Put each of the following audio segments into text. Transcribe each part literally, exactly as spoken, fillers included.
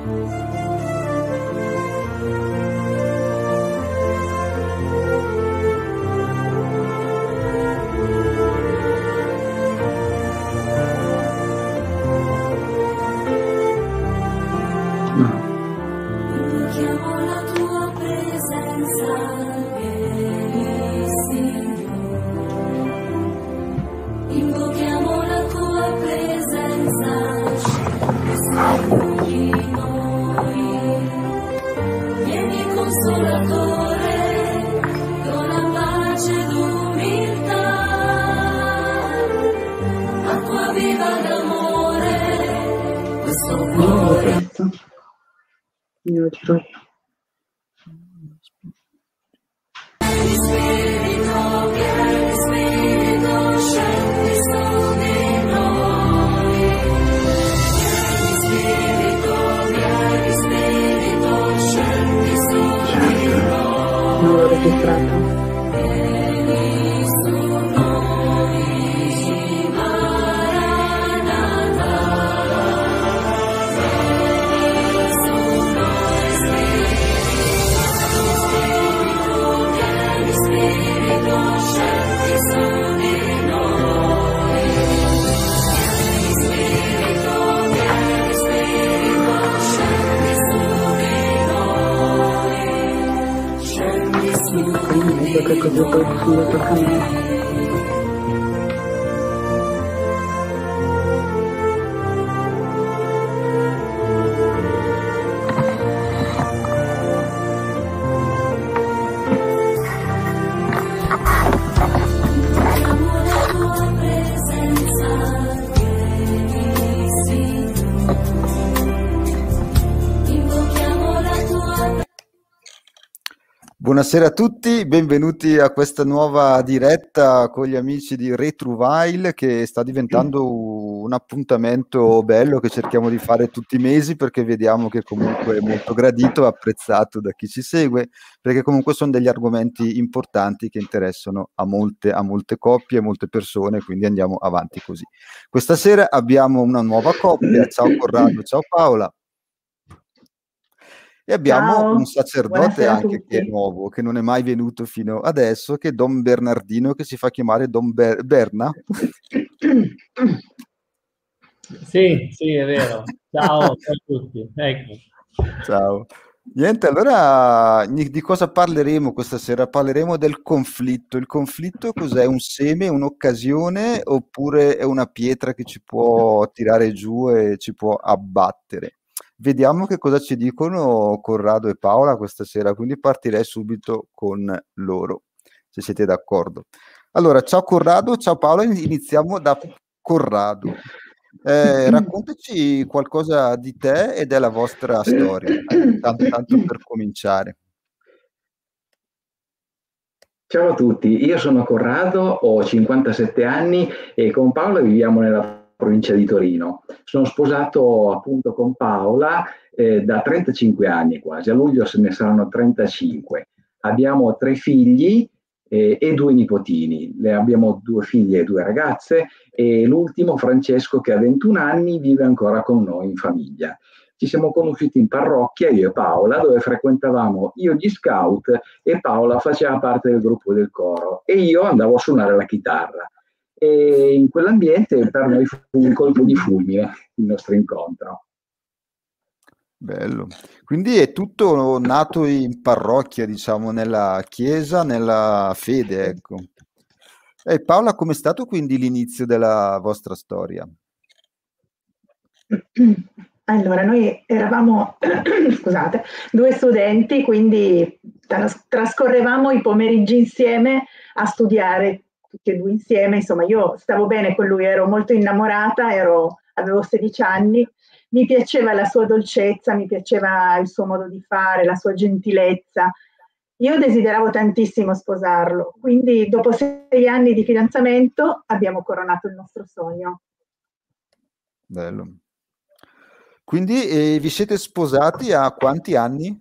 Io giro io. Non l'ho registrato. Che cosa poi tocca a me. Buonasera a tutti, benvenuti a questa nuova diretta con gli amici di Retruvile, che sta diventando un appuntamento bello che cerchiamo di fare tutti i mesi, perché vediamo che comunque è molto gradito e apprezzato da chi ci segue, perché comunque sono degli argomenti importanti che interessano a molte, a molte coppie, a molte persone, quindi andiamo avanti così. Questa sera abbiamo una nuova coppia, ciao Corrado, ciao Paola. E abbiamo Ciao, un sacerdote buonasera a anche che è tutti. nuovo, che non è mai venuto fino adesso, che è Don Bernardino, che si fa chiamare Don Ber- Berna. Sì, sì, è vero. Ciao, ciao a tutti. Ecco. Ciao. Niente, allora di di cosa parleremo questa sera? Parleremo del conflitto. Il conflitto cos'è? Un seme, un'occasione, oppure è una pietra che ci può tirare giù e ci può abbattere? Vediamo che cosa ci dicono Corrado e Paola questa sera, quindi partirei subito con loro, se siete d'accordo. Allora, ciao Corrado, ciao Paola, iniziamo da Corrado. Eh, raccontaci qualcosa di te e della vostra storia, dai, tanto, tanto per cominciare. Ciao a tutti, io sono Corrado, ho cinquantasette anni e con Paola viviamo nella provincia di Torino. Sono sposato appunto con Paola eh, da trentacinque anni quasi, a luglio se ne saranno trentacinque. Abbiamo tre figli eh, e due nipotini. Le abbiamo due figlie e due ragazze e l'ultimo, Francesco, che ha ventuno anni, vive ancora con noi in famiglia. Ci siamo conosciuti in parrocchia, io e Paola, dove frequentavamo io gli scout e Paola faceva parte del gruppo del coro e io andavo a suonare la chitarra. E in quell'ambiente per noi fu un colpo di fulmine il nostro incontro. Bello. Quindi è tutto nato in parrocchia, diciamo, nella chiesa, nella fede, ecco. E Paola, com'è stato quindi l'inizio della vostra storia? Allora, noi eravamo, scusate, due studenti, quindi tras- trascorrevamo i pomeriggi insieme a studiare, tutti e due insieme. Insomma, io stavo bene con lui, ero molto innamorata, ero, avevo sedici anni, mi piaceva la sua dolcezza, mi piaceva il suo modo di fare, la sua gentilezza. Io desideravo tantissimo sposarlo, quindi dopo sei anni di fidanzamento abbiamo coronato il nostro sogno. Bello. Quindi eh, vi siete sposati a quanti anni?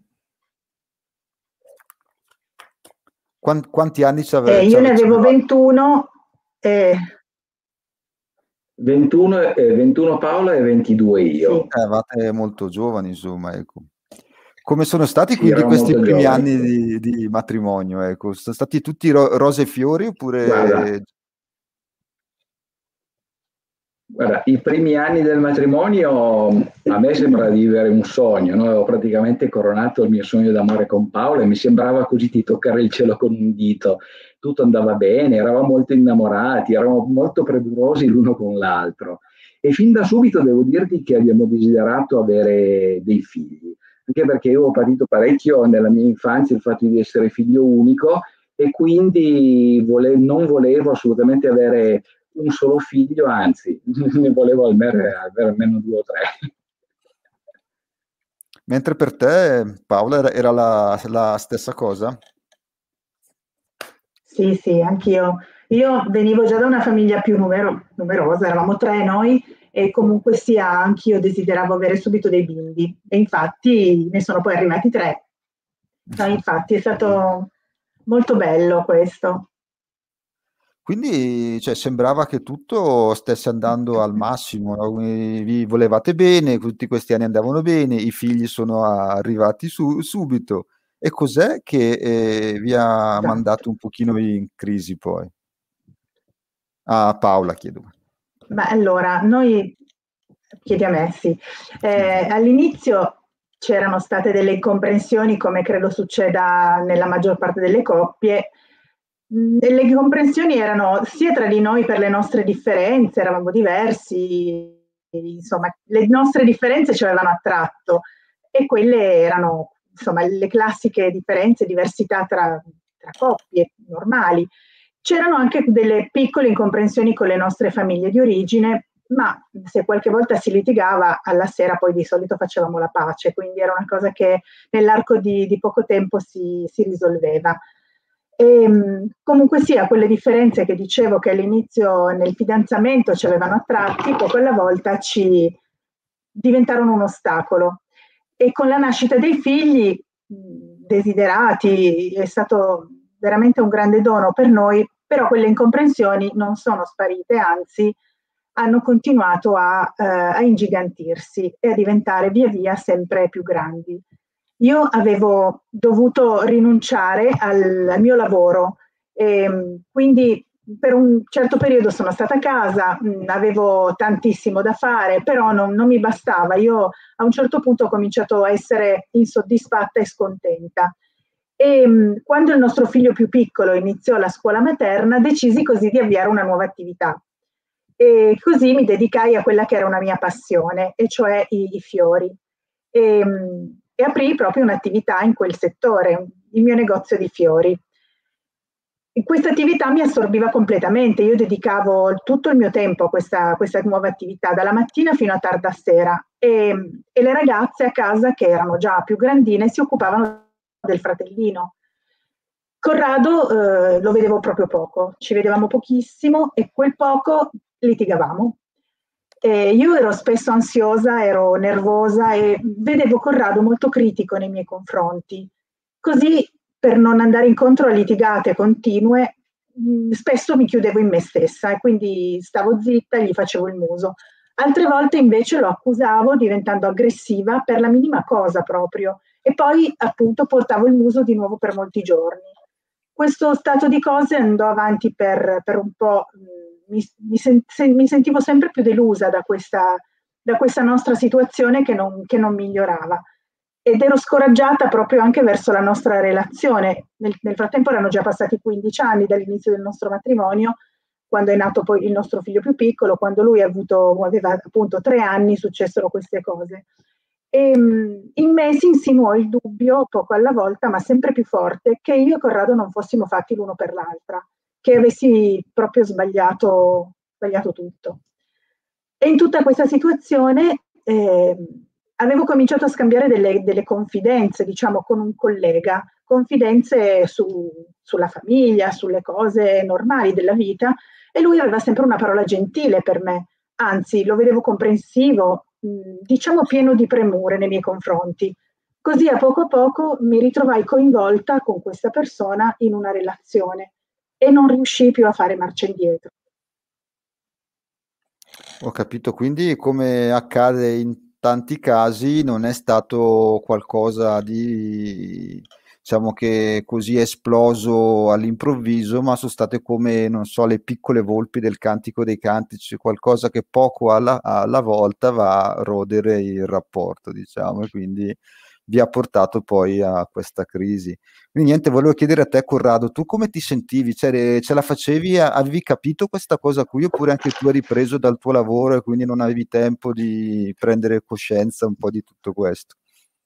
Quanti, quanti anni ci avete? Eh, io ne avevo ventuno e ventuno, eh, ventuno Paolo e ventidue io. Sì. Eh, eravate molto giovani, insomma, ecco. Come sono stati Sì, quindi eravamo questi molto primi giovani. anni di, di matrimonio? Ecco? Sono stati tutti ro- rose e fiori oppure... Guarda, Guarda, i primi anni del matrimonio a me sembra di vivere un sogno, no? Avevo praticamente coronato il mio sogno d'amore con Paolo e mi sembrava così di toccare il cielo con un dito. Tutto andava bene, eravamo molto innamorati, eravamo molto premurosi l'uno con l'altro. E fin da subito devo dirti che abbiamo desiderato avere dei figli, anche perché io ho patito parecchio nella mia infanzia il fatto di essere figlio unico e quindi vole- non volevo assolutamente avere un solo figlio, anzi, ne volevo almeno, avere almeno due o tre. Mentre per te, Paola, era, era la, la stessa cosa? Sì, sì, anch'io. Io venivo già da una famiglia più numero- numerosa, eravamo tre noi e comunque sia anch'io desideravo avere subito dei bimbi e infatti ne sono poi arrivati tre. No, infatti è stato molto bello questo. Quindi, cioè, sembrava che tutto stesse andando al massimo, no? Vi vi volevate bene, tutti questi anni andavano bene, i figli sono arrivati su- subito. E cos'è che eh, vi ha Esatto. mandato un pochino in crisi poi? Ah, Paola, chiedo. Ma allora, noi, chiedi a me, sì. Eh, all'inizio c'erano state delle incomprensioni, come credo succeda nella maggior parte delle coppie. Mh, e le incomprensioni erano sia tra di noi per le nostre differenze, eravamo diversi, insomma, le nostre differenze ci avevano attratto e quelle erano, insomma, le classiche differenze, diversità tra, tra coppie normali. C'erano anche delle piccole incomprensioni con le nostre famiglie di origine, ma se qualche volta si litigava, alla sera poi di solito facevamo la pace, quindi era una cosa che nell'arco di, di poco tempo si, si risolveva. E, comunque sia, quelle differenze che dicevo che all'inizio nel fidanzamento ci avevano attratti, poco alla volta ci diventarono un ostacolo. E con la nascita dei figli desiderati è stato veramente un grande dono per noi, però quelle incomprensioni non sono sparite, anzi hanno continuato a, eh, a ingigantirsi e a diventare via via sempre più grandi. Io avevo dovuto rinunciare al, al mio lavoro e quindi per un certo periodo sono stata a casa, mh, avevo tantissimo da fare, però non, non mi bastava. Io a un certo punto ho cominciato a essere insoddisfatta e scontenta. E mh, quando il nostro figlio più piccolo iniziò la scuola materna, decisi così di avviare una nuova attività. E così mi dedicai a quella che era una mia passione, e cioè i, i fiori. E, e aprì proprio un'attività in quel settore, il mio negozio di fiori. E questa attività mi assorbiva completamente, io dedicavo tutto il mio tempo a questa, questa nuova attività, dalla mattina fino a tarda sera, e, e le ragazze a casa, che erano già più grandine, si occupavano del fratellino. Corrado eh, lo vedevo proprio poco, ci vedevamo pochissimo e quel poco litigavamo. E io ero spesso ansiosa, ero nervosa e vedevo Corrado molto critico nei miei confronti. Così, per non andare incontro a litigate continue, mh, spesso mi chiudevo in me stessa e quindi stavo zitta e gli facevo il muso. Altre volte invece lo accusavo diventando aggressiva per la minima cosa proprio e poi appunto portavo il muso di nuovo per molti giorni. Questo stato di cose andò avanti per, per un po', mi, mi, sen, se, mi, sentivo sempre più delusa da questa, da questa nostra situazione che non, che non migliorava ed ero scoraggiata proprio anche verso la nostra relazione. Nel, nel frattempo erano già passati quindici anni dall'inizio del nostro matrimonio, quando è nato poi il nostro figlio più piccolo, quando lui ha avuto, aveva appunto tre anni, successero queste cose. E, in me si insinuò il dubbio, poco alla volta, ma sempre più forte, che io e Corrado non fossimo fatti l'uno per l'altra, che avessi proprio sbagliato, sbagliato tutto. E in tutta questa situazione eh, avevo cominciato a scambiare delle, delle confidenze, diciamo, con un collega, confidenze su, sulla famiglia, sulle cose normali della vita, e lui aveva sempre una parola gentile per me, anzi lo vedevo comprensivo, diciamo pieno di premure nei miei confronti. Così a poco a poco mi ritrovai coinvolta con questa persona in una relazione e non riuscii più a fare marcia indietro. Ho capito, quindi come accade in tanti casi non è stato qualcosa di, diciamo che così è esploso all'improvviso, ma sono state come, non so, le piccole volpi del Cantico dei Cantici, qualcosa che poco alla, alla volta va a rodere il rapporto, diciamo, e quindi vi ha portato poi a questa crisi. Quindi niente, volevo chiedere a te, Corrado, tu come ti sentivi? Cioè, ce la facevi? Avevi capito questa cosa qui oppure anche tu eri preso dal tuo lavoro e quindi non avevi tempo di prendere coscienza un po' di tutto questo?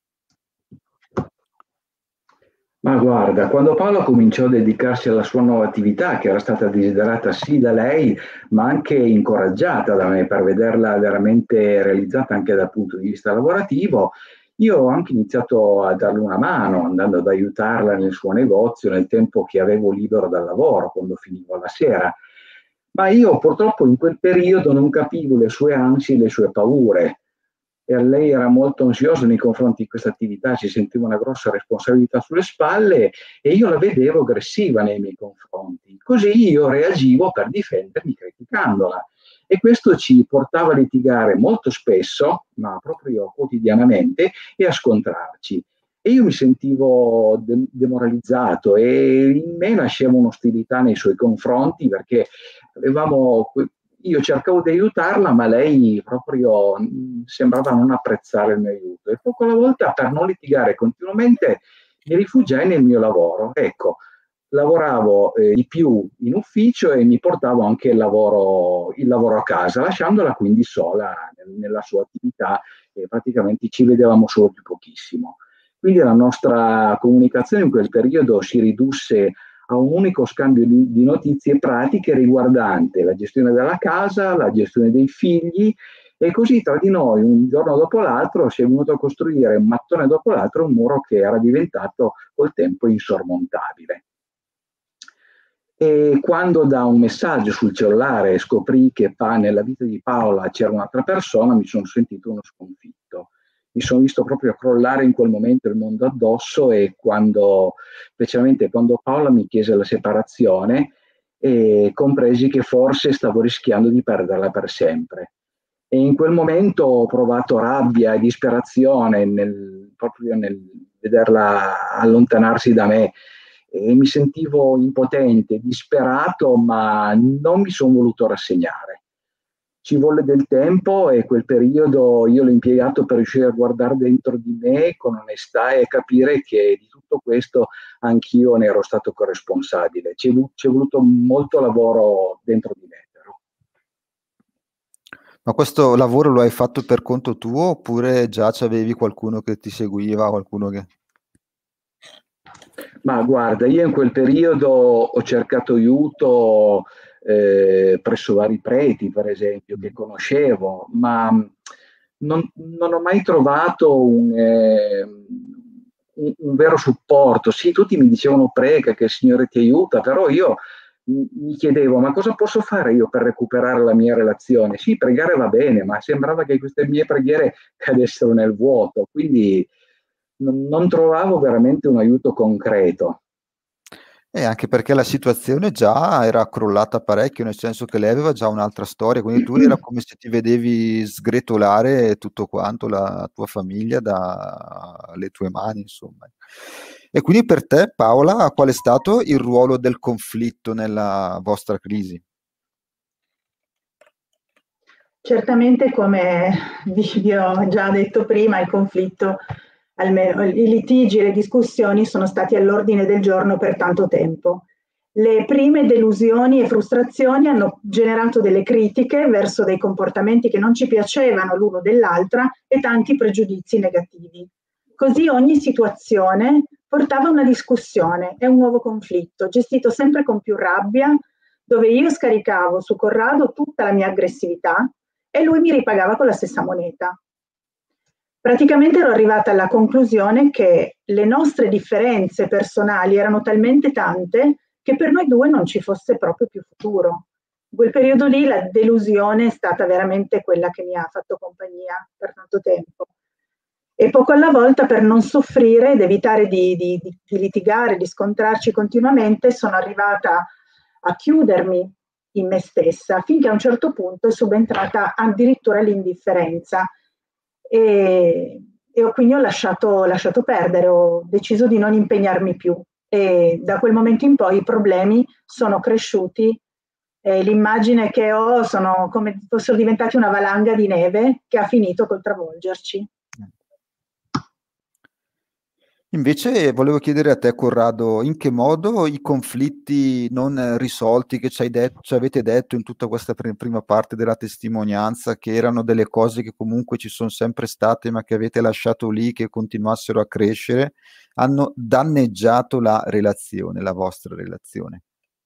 Ma guarda, quando Paola cominciò a dedicarsi alla sua nuova attività, che era stata desiderata sì da lei, ma anche incoraggiata da me per vederla veramente realizzata anche dal punto di vista lavorativo, io ho anche iniziato a darle una mano, andando ad aiutarla nel suo negozio nel tempo che avevo libero dal lavoro, quando finivo la sera. Ma io purtroppo in quel periodo non capivo le sue ansie e le sue paure. E lei era molto ansiosa nei confronti di questa attività, si sentiva una grossa responsabilità sulle spalle e io la vedevo aggressiva nei miei confronti. Così io reagivo per difendermi criticandola. E questo ci portava a litigare molto spesso, ma proprio quotidianamente, e a scontrarci. E io mi sentivo de- demoralizzato e in me nasceva un'ostilità nei suoi confronti perché avevamo, io cercavo di aiutarla, ma lei proprio mh, sembrava non apprezzare il mio aiuto. E poco alla volta, per non litigare continuamente, mi rifugiai nel mio lavoro. Ecco, lavoravo eh, di più in ufficio e mi portavo anche il lavoro, il lavoro a casa, lasciandola quindi sola nel, nella sua attività e praticamente ci vedevamo solo più pochissimo. Quindi la nostra comunicazione in quel periodo si ridusse a un unico scambio di, di notizie pratiche riguardante la gestione della casa, la gestione dei figli e così tra di noi un giorno dopo l'altro si è venuto a costruire un mattone dopo l'altro un muro che era diventato col tempo insormontabile. E quando da un messaggio sul cellulare scoprì che nella vita di Paola c'era un'altra persona, mi sono sentito uno sconfitto. Mi sono visto proprio crollare in quel momento il mondo addosso e quando, specialmente quando Paola mi chiese la separazione, e compresi che forse stavo rischiando di perderla per sempre. E in quel momento ho provato rabbia e disperazione nel, proprio nel vederla allontanarsi da me e mi sentivo impotente, disperato, ma non mi sono voluto rassegnare. Ci volle del tempo e quel periodo io l'ho impiegato per riuscire a guardare dentro di me con onestà e capire che di tutto questo anch'io ne ero stato corresponsabile. Ci è voluto molto lavoro dentro di me. Però. Ma questo lavoro lo hai fatto per conto tuo oppure già c'avevi qualcuno che ti seguiva, qualcuno che... Ma guarda, io in quel periodo ho cercato aiuto eh, presso vari preti, per esempio, che conoscevo, ma non, non ho mai trovato un, eh, un, un vero supporto. Sì, tutti mi dicevano prega, che il Signore ti aiuta, però io mi chiedevo, ma cosa posso fare io per recuperare la mia relazione? Sì, pregare va bene, ma sembrava che queste mie preghiere cadessero nel vuoto, quindi non trovavo veramente un aiuto concreto. E anche perché la situazione già era crollata parecchio, nel senso che lei aveva già un'altra storia, quindi tu era come se ti vedevi sgretolare tutto quanto, la tua famiglia dalle tue mani, insomma. E quindi per te, Paola, qual è stato il ruolo del conflitto nella vostra crisi? Certamente, come vi ho già detto prima, il conflitto, almeno i litigi e le discussioni sono stati all'ordine del giorno per tanto tempo. Le prime delusioni e frustrazioni hanno generato delle critiche verso dei comportamenti che non ci piacevano l'uno dell'altra e tanti pregiudizi negativi. Così ogni situazione portava a una discussione e un nuovo conflitto, gestito sempre con più rabbia, dove io scaricavo su Corrado tutta la mia aggressività e lui mi ripagava con la stessa moneta. Praticamente ero arrivata alla conclusione che le nostre differenze personali erano talmente tante che per noi due non ci fosse proprio più futuro. In quel periodo lì la delusione è stata veramente quella che mi ha fatto compagnia per tanto tempo. E poco alla volta, per non soffrire ed evitare di, di, di litigare, di scontrarci continuamente, sono arrivata a chiudermi in me stessa, finché a un certo punto è subentrata addirittura l'indifferenza e, e ho, quindi ho lasciato, lasciato perdere, ho deciso di non impegnarmi più e da quel momento in poi i problemi sono cresciuti e l'immagine che ho sono come fossero diventati una valanga di neve che ha finito col travolgerci. Invece volevo chiedere a te, Corrado, in che modo i conflitti non risolti che ci, hai detto, ci avete detto in tutta questa pr- prima parte della testimonianza, che erano delle cose che comunque ci sono sempre state ma che avete lasciato lì, che continuassero a crescere, hanno danneggiato la relazione, la vostra relazione?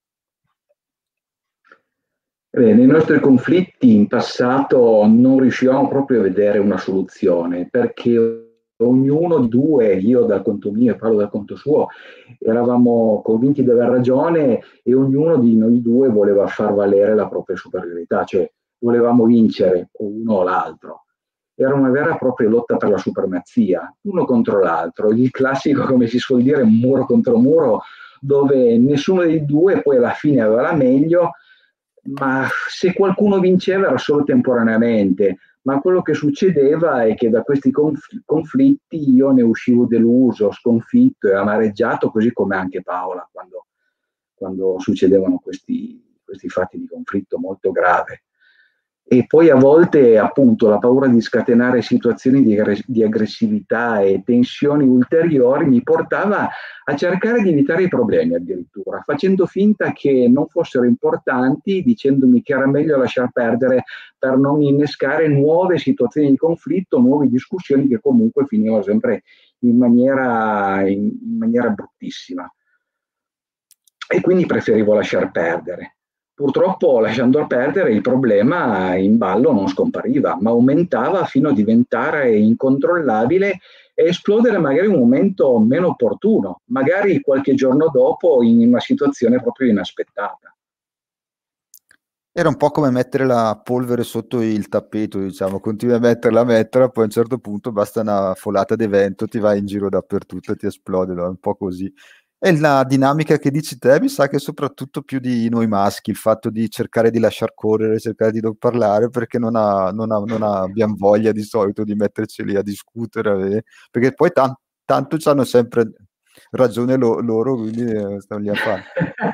Beh, nei nostri conflitti in passato non riuscivamo proprio a vedere una soluzione, perché ognuno di due, io dal conto mio e Paolo dal conto suo, eravamo convinti di aver ragione e ognuno di noi due voleva far valere la propria superiorità, cioè volevamo vincere o uno o l'altro. Era una vera e propria lotta per la supremazia, uno contro l'altro, il classico, come si suol dire, muro contro muro, dove nessuno dei due poi alla fine aveva la meglio, ma se qualcuno vinceva era solo temporaneamente, ma quello che succedeva è che da questi conf- conflitti io ne uscivo deluso, sconfitto e amareggiato, così come anche Paola, quando, quando succedevano questi, questi fatti di conflitto molto grave. E poi a volte appunto la paura di scatenare situazioni di, di aggressività e tensioni ulteriori mi portava a cercare di evitare i problemi addirittura, facendo finta che non fossero importanti, dicendomi che era meglio lasciar perdere per non innescare nuove situazioni di conflitto, nuove discussioni che comunque finivano sempre in maniera, in, in maniera bruttissima. E quindi preferivo lasciar perdere. Purtroppo, lasciando perdere, il problema in ballo non scompariva, ma aumentava fino a diventare incontrollabile e esplodere magari in un momento meno opportuno, magari qualche giorno dopo in una situazione proprio inaspettata. Era un po' come mettere la polvere sotto il tappeto, diciamo, continui a metterla, a metterla, poi a un certo punto basta una folata di vento, ti vai in giro dappertutto e ti esplode, no? Un po' così. E la dinamica che dici te mi sa che soprattutto più di noi maschi, il fatto di cercare di lasciar correre, cercare di non parlare, perché non, ha, non, ha, non abbiamo voglia di solito di metterci lì a discutere, eh? Perché poi tan- tanto hanno sempre ragione lo- loro, quindi eh, stanno lì a fare.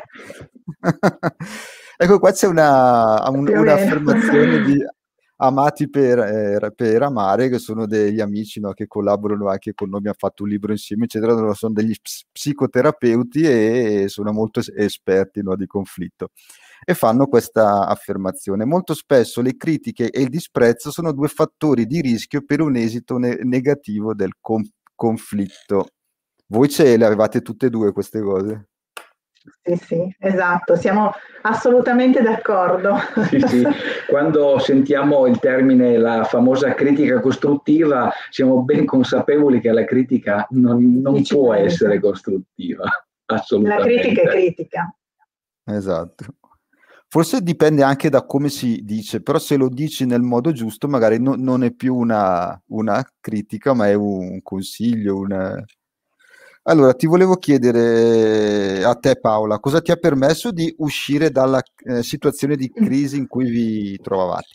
Ecco, qua c'è una, un- un'affermazione di Amati per, eh, per Amare, che sono degli amici, no, che collaborano anche con noi, abbiamo fatto un libro insieme, eccetera, loro sono degli ps- psicoterapeuti e sono molto es- esperti, no, di conflitto. E fanno questa affermazione: molto spesso le critiche e il disprezzo sono due fattori di rischio per un esito ne- negativo del con- conflitto. Voi ce le avevate tutte e due queste cose? Sì, sì, esatto, siamo assolutamente d'accordo. Sì, sì. Quando sentiamo il termine, la famosa critica costruttiva, siamo ben consapevoli che la critica non, non può essere costruttiva, assolutamente. La critica è critica. Esatto. Forse dipende anche da come si dice, però se lo dici nel modo giusto, magari no, non è più una, una critica, ma è un consiglio. Una... Allora, ti volevo chiedere a te, Paola, cosa ti ha permesso di uscire dalla eh, situazione di crisi in cui vi trovavate?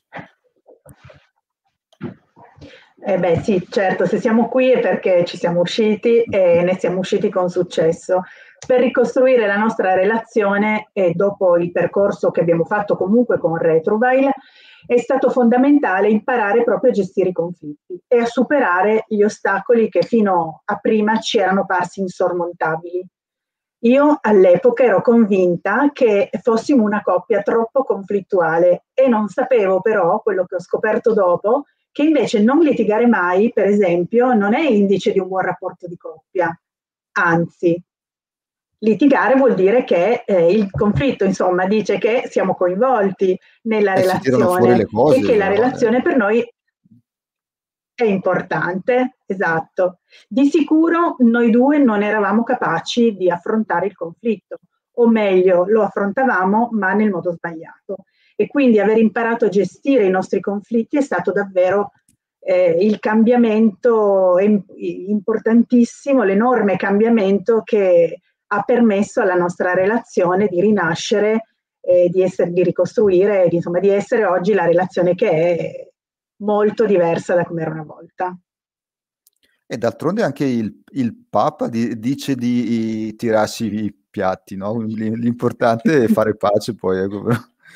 Eh beh, sì, certo, se siamo qui è perché ci siamo usciti e ne siamo usciti con successo. Per ricostruire la nostra relazione e dopo il percorso che abbiamo fatto comunque con Retrovile, è stato fondamentale imparare proprio a gestire i conflitti e a superare gli ostacoli che fino a prima ci erano parsi insormontabili. Io all'epoca ero convinta che fossimo una coppia troppo conflittuale e non sapevo però, quello che ho scoperto dopo, che invece non litigare mai, per esempio, non è indice di un buon rapporto di coppia. Anzi, litigare vuol dire che eh, il conflitto, insomma, dice che siamo coinvolti nella Eh, si tirano fuori le relazione cose, e che la no? relazione per noi è importante, esatto. Di sicuro noi due non eravamo capaci di affrontare il conflitto, o meglio, lo affrontavamo ma nel modo sbagliato. E quindi aver imparato a gestire i nostri conflitti è stato davvero eh, il cambiamento importantissimo, l'enorme cambiamento che ha permesso alla nostra relazione di rinascere e di, essere, di ricostruire, di, insomma, di essere oggi la relazione che è molto diversa da come era una volta. E d'altronde anche il, il Papa di, dice di tirarsi i piatti, no? L'importante è fare pace poi. Ecco.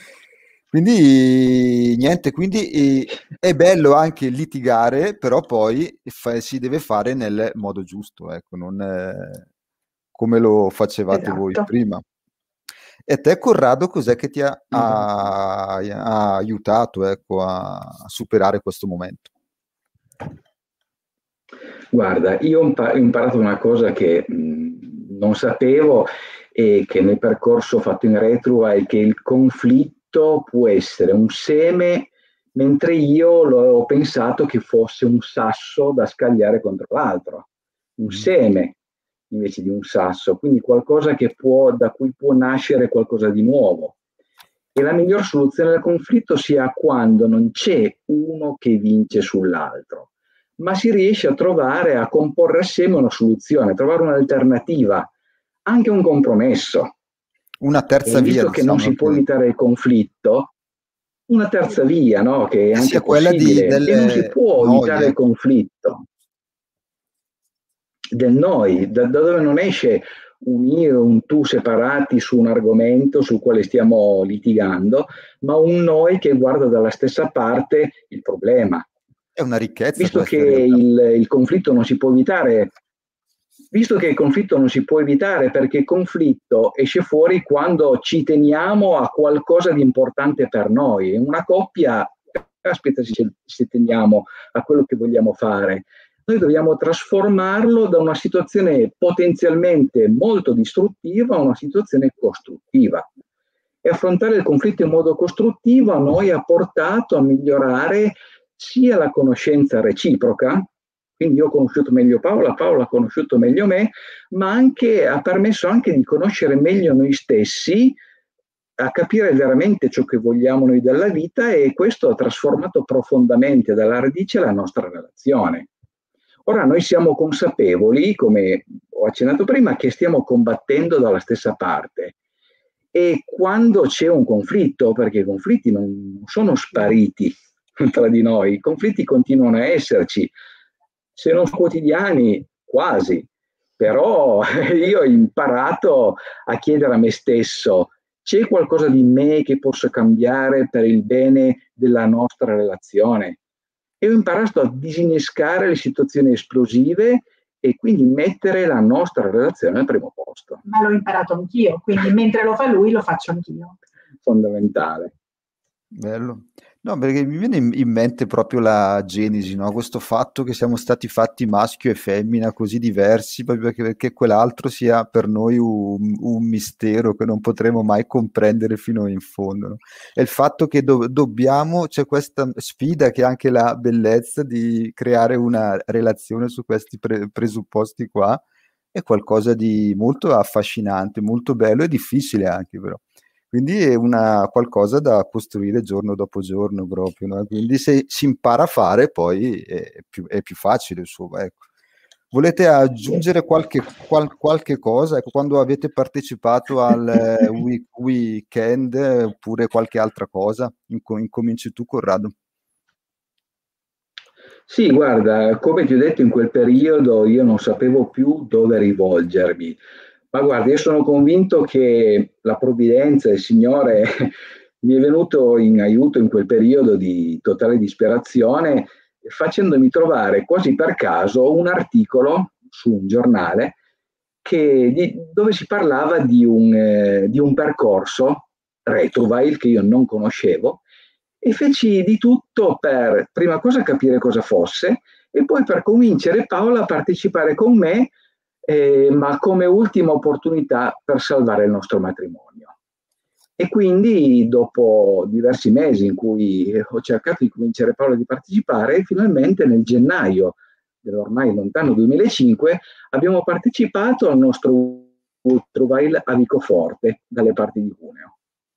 Quindi niente, quindi eh, è bello anche litigare, però poi fa, si deve fare nel modo giusto, ecco, non eh, come lo facevate Esatto. voi prima. E te, Corrado, cos'è che ti ha, ha, ha aiutato, ecco, a, a superare questo momento? Guarda, io ho imparato una cosa che mh, non sapevo e che nel percorso fatto in retro è che il conflitto può essere un seme, mentre io l'ho pensato che fosse un sasso da scagliare contro l'altro, un seme invece di un sasso, quindi qualcosa che può, da cui può nascere qualcosa di nuovo. E la miglior soluzione del conflitto sia quando non c'è uno che vince sull'altro, ma si riesce a trovare, a comporre assieme una soluzione, a trovare un'alternativa, anche un compromesso. Una terza e via, visto che non si può evitare il conflitto, una terza via, no? Che è anche sia quella possibile, di, delle e non si può noie. evitare il conflitto del noi, da, da dove non esce un io e un tu separati su un argomento sul quale stiamo litigando, ma un noi che guarda dalla stessa parte il problema. È una ricchezza. Visto che il, il conflitto non si può evitare, visto che il conflitto non si può evitare perché il conflitto esce fuori quando ci teniamo a qualcosa di importante per noi. In una coppia, aspetta se, se teniamo a quello che vogliamo fare. Noi dobbiamo trasformarlo da una situazione potenzialmente molto distruttiva a una situazione costruttiva. E affrontare il conflitto in modo costruttivo a noi ha portato a migliorare sia la conoscenza reciproca, quindi io ho conosciuto meglio Paola, Paola ha conosciuto meglio me, ma anche, ha permesso anche di conoscere meglio noi stessi, a capire veramente ciò che vogliamo noi dalla vita, e questo ha trasformato profondamente dalla radice la nostra relazione. Ora noi siamo consapevoli, come ho accennato prima, che stiamo combattendo dalla stessa parte, e quando c'è un conflitto, perché i conflitti non sono spariti tra di noi, i conflitti continuano a esserci, se non quotidiani, quasi, però io ho imparato a chiedere a me stesso: c'è qualcosa di me che posso cambiare per il bene della nostra relazione? E ho imparato a disinnescare le situazioni esplosive e quindi mettere la nostra relazione al primo posto. Ma l'ho imparato anch'io, quindi mentre lo fa lui lo faccio anch'io. Fondamentale. Bello. No, perché mi viene in, in mente proprio la genesi, no? Questo fatto che siamo stati fatti maschio e femmina così diversi, proprio perché, perché quell'altro sia per noi un, un mistero che non potremo mai comprendere fino in fondo, no? E il fatto che do, dobbiamo, c'è questa sfida che è anche la bellezza di creare una relazione su questi pre, presupposti qua, è qualcosa di molto affascinante, molto bello e difficile anche però. Quindi è una qualcosa da costruire giorno dopo giorno proprio, no? Quindi se si impara a fare poi è più, è più facile, insomma, ecco. Volete aggiungere qualche, qual, qualche cosa? Ecco, quando avete partecipato al eh, week, weekend eh, oppure qualche altra cosa? Inco, incominci tu, Corrado. Sì, guarda, come ti ho detto, in quel periodo io non sapevo più dove rivolgermi. Ma guarda, io sono convinto che la provvidenza, il Signore, mi è venuto in aiuto in quel periodo di totale disperazione, facendomi trovare quasi per caso un articolo su un giornale che, di, dove si parlava di un, eh, di un percorso Retrovail che io non conoscevo, e feci di tutto per, prima cosa, capire cosa fosse, e poi per convincere Paola a partecipare con me, Eh, ma come ultima opportunità per salvare il nostro matrimonio. E quindi dopo diversi mesi in cui ho cercato di convincere Paolo di partecipare, finalmente nel gennaio dell'ormai lontano duemilacinque abbiamo partecipato al nostro Retrovail a Vicoforte, dalle parti di Cuneo.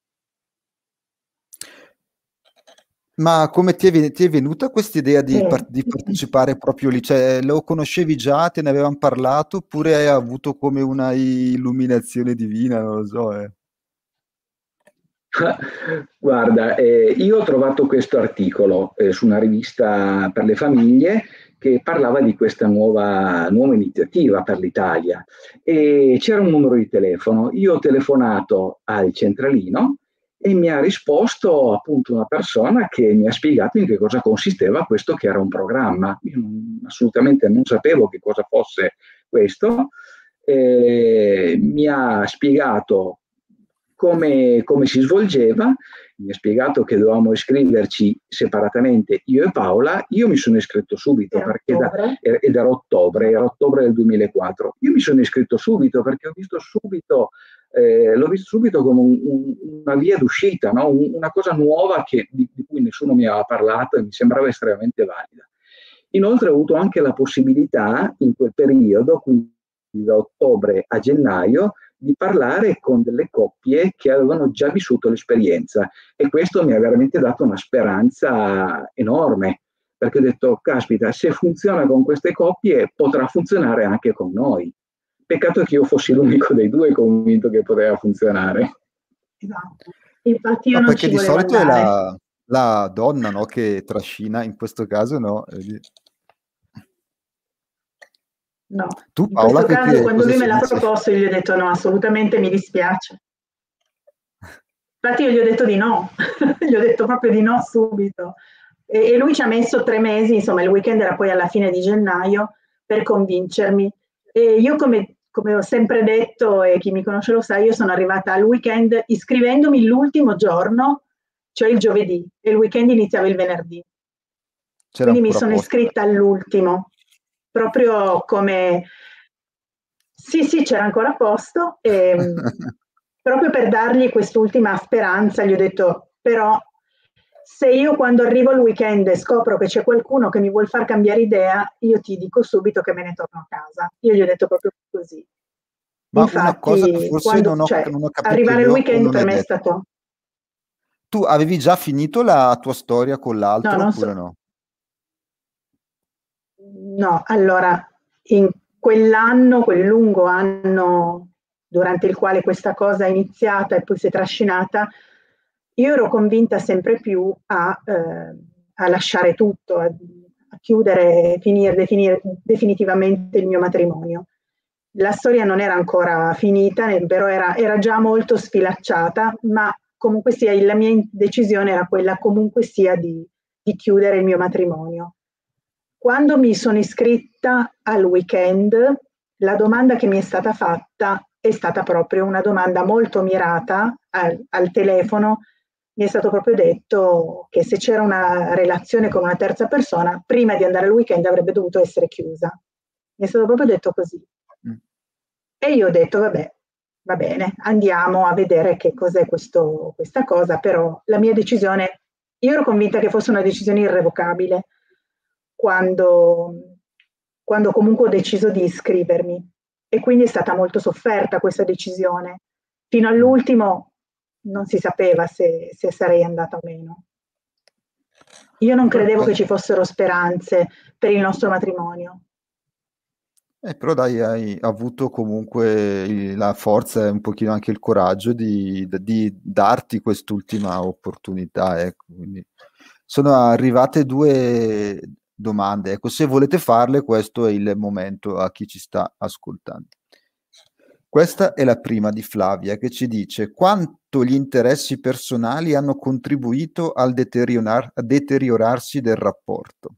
Ma come ti è, ti è venuta questa idea di, par- di partecipare proprio lì? Cioè, lo conoscevi già, te ne avevano parlato, oppure hai avuto come una illuminazione divina? Non lo so. Eh. Guarda, eh, io ho trovato questo articolo eh, su una rivista per le famiglie che parlava di questa nuova, nuova iniziativa per l'Italia e c'era un numero di telefono. Io ho telefonato al centralino e mi ha risposto appunto una persona che mi ha spiegato in che cosa consisteva questo che era un programma. Io non, assolutamente non sapevo che cosa fosse questo. Eh, mi ha spiegato come, come si svolgeva, mi ha spiegato che dovevamo iscriverci separatamente io e Paola. Io mi sono iscritto subito Era perché da, ottobre. ed era ottobre, era ottobre del duemilaquattro. Io mi sono iscritto subito perché ho visto subito, eh, l'ho visto subito come un, un, una via d'uscita, no? un, una cosa nuova che, di, di cui nessuno mi aveva parlato e mi sembrava estremamente valida. Inoltre ho avuto anche la possibilità in quel periodo, quindi da ottobre a gennaio, di parlare con delle coppie che avevano già vissuto l'esperienza e questo mi ha veramente dato una speranza enorme, perché ho detto, caspita, se funziona con queste coppie potrà funzionare anche con noi. Peccato che io fossi l'unico dei due convinto che poteva funzionare. Esatto. Infatti io no, non perché ci di volevo solito andare. è la, la donna, no, che trascina, in questo caso no. No, Tu in Paola, questo che, caso che quando cosa lui me si l'ha dice? proposto io gli ho detto no, assolutamente mi dispiace. Infatti io gli ho detto di no, gli ho detto proprio di no subito. E, e lui ci ha messo tre mesi, insomma il weekend era poi alla fine di gennaio, per convincermi. E io come, come ho sempre detto, e chi mi conosce lo sa, io sono arrivata al weekend iscrivendomi l'ultimo giorno, cioè il giovedì, e il weekend iniziava il venerdì. C'era Quindi mi ancora sono posto. iscritta all'ultimo, proprio come... Sì, sì, c'era ancora posto, e, proprio per dargli quest'ultima speranza gli ho detto, però se io quando arrivo al weekend e scopro che c'è qualcuno che mi vuol far cambiare idea, io ti dico subito che me ne torno a casa. Io gli ho detto proprio così. Ma una cosa che Infatti, forse quando, non ho, cioè, non ho capito arrivare al io o weekend non per è me è detto. stato... Tu avevi già finito la tua storia con No, l'altro non oppure so. no? No, allora, in quell'anno, quel lungo anno durante il quale questa cosa è iniziata e poi si è trascinata, io ero convinta sempre più a, eh, a lasciare tutto, a, a chiudere, finire, definire definitivamente il mio matrimonio. La storia non era ancora finita, però era, era già molto sfilacciata, ma comunque sia la mia decisione era quella comunque sia di, di chiudere il mio matrimonio. Quando mi sono iscritta al weekend, la domanda che mi è stata fatta è stata proprio una domanda molto mirata al, al telefono. Mi è stato proprio detto che se c'era una relazione con una terza persona, prima di andare al weekend avrebbe dovuto essere chiusa. Mi è stato proprio detto così. Mm. E io ho detto, vabbè, va bene, andiamo a vedere che cos'è questo, questa cosa, però la mia decisione, io ero convinta che fosse una decisione irrevocabile, quando, quando comunque ho deciso di iscrivermi. E quindi è stata molto sofferta questa decisione. Fino all'ultimo non si sapeva se, se sarei andata o meno. Io non credevo che ci fossero speranze per il nostro matrimonio. Eh, però dai, hai avuto comunque il- la forza e un pochino anche il coraggio di, di darti quest'ultima opportunità. Ecco. Quindi sono arrivate due domande. Ecco, se volete farle, questo è il momento a chi ci sta ascoltando. Questa è la prima di Flavia che ci dice: quanto gli interessi personali hanno contribuito al deteriorar- a deteriorarsi del rapporto?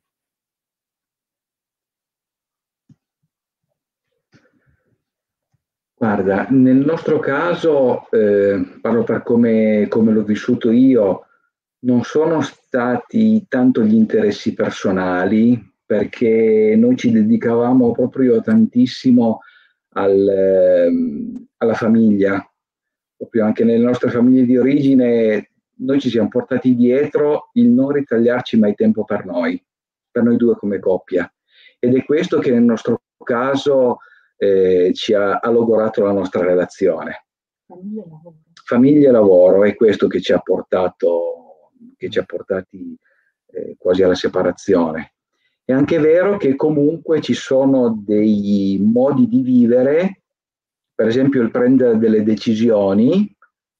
Guarda, nel nostro caso, eh, parlo per come, come l'ho vissuto io, non sono stati tanto gli interessi personali, perché noi ci dedicavamo proprio tantissimo al, ehm, alla famiglia, proprio anche nelle nostre famiglie di origine, noi ci siamo portati dietro il non ritagliarci mai tempo per noi, per noi due come coppia. Ed è questo che nel nostro caso eh, ci ha, ha logorato la nostra relazione. Famiglia e lavoro. Famiglia e lavoro è questo che ci ha portato, che ci ha portati eh, quasi alla separazione. È anche vero che comunque ci sono dei modi di vivere, per esempio il prendere delle decisioni,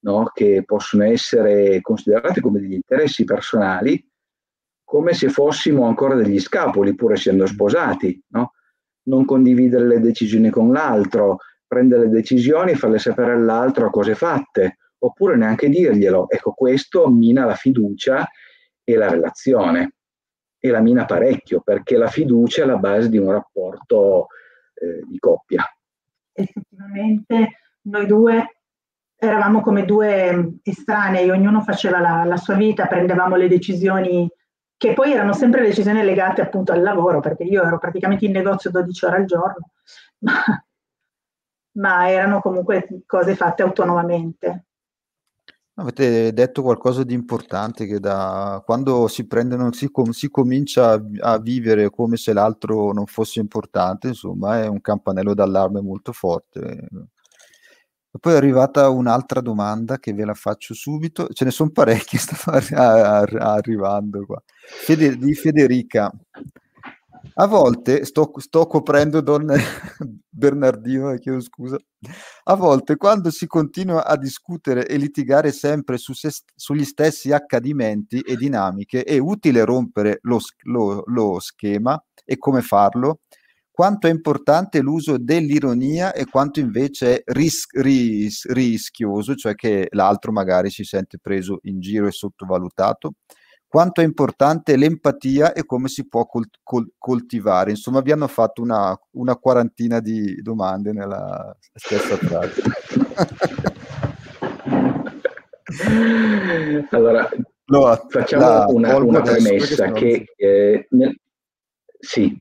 no? Che possono essere considerati come degli interessi personali, come se fossimo ancora degli scapoli, pur essendo sposati, no? Non condividere le decisioni con l'altro, prendere le decisioni, farle sapere all'altro a cose fatte, oppure neanche dirglielo. Ecco, questo mina la fiducia e la relazione, e la mina parecchio, perché la fiducia è la base di un rapporto eh, di coppia. Effettivamente noi due eravamo come due estranei, ognuno faceva la, la sua vita, prendevamo le decisioni, che poi erano sempre decisioni legate appunto al lavoro, perché io ero praticamente in negozio dodici ore al giorno, ma, ma erano comunque cose fatte autonomamente. Avete detto qualcosa di importante, che da quando si prendono, si, com- si comincia a, a vivere come se l'altro non fosse importante, insomma, è un campanello d'allarme molto forte. E poi è arrivata un'altra domanda che ve la faccio subito, ce ne sono parecchie, stanno arri- arrivando qua. Fede- di Federica. A volte, sto, sto coprendo Don Bernardino, chiedo scusa, a volte quando si continua a discutere e litigare sempre su se, sugli stessi accadimenti e dinamiche, è utile rompere lo, lo, lo schema e come farlo? Quanto è importante l'uso dell'ironia e quanto invece è ris- ris- rischioso, cioè che l'altro magari si sente preso in giro e sottovalutato? Quanto è importante l'empatia e come si può col- col- coltivare? Insomma, vi hanno fatto una, una quarantina di domande nella stessa frase. Allora, no, facciamo una, una premessa che eh, nel, sì,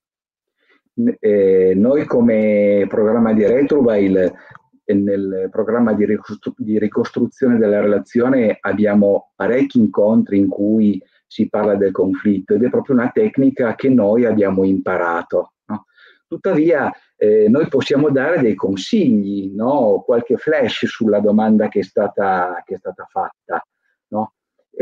eh, noi come programma di Retrovail, nel programma di, ricostru- di ricostruzione della relazione abbiamo parecchi incontri in cui si parla del conflitto, ed è proprio una tecnica che noi abbiamo imparato, no? Tuttavia eh, noi possiamo dare dei consigli, no? Qualche flash sulla domanda che è stata, che è stata fatta, no?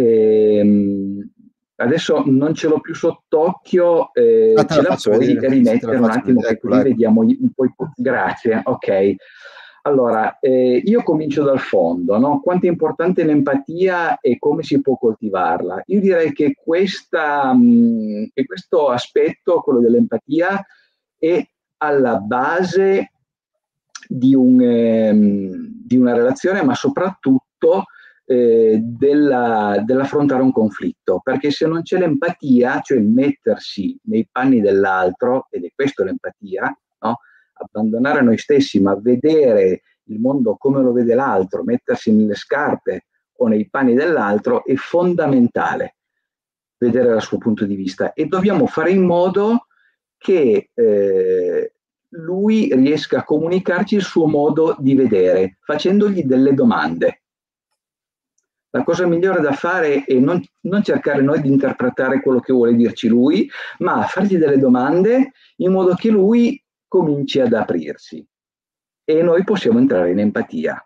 Ehm, adesso non ce l'ho più sott'occhio, eh, ah, ce la, la puoi vedere, rimettere un attimo, vedere. che così ecco, vediamo un po'. Grazie, ok. Allora, eh, io comincio dal fondo, no? Quanto è importante l'empatia e come si può coltivarla? Io direi che, questa, mh, che questo aspetto, quello dell'empatia, è alla base di, un, ehm, di una relazione, ma soprattutto eh, della, dell'affrontare un conflitto, perché se non c'è l'empatia, cioè mettersi nei panni dell'altro, ed è questo l'empatia, no? Abbandonare noi stessi, ma vedere il mondo come lo vede l'altro, mettersi nelle scarpe o nei panni dell'altro, è fondamentale vedere dal suo punto di vista, e dobbiamo fare in modo che eh, lui riesca a comunicarci il suo modo di vedere, facendogli delle domande. La cosa migliore da fare è non, non cercare noi di interpretare quello che vuole dirci lui, ma fargli delle domande in modo che lui cominci ad aprirsi, e noi possiamo entrare in empatia.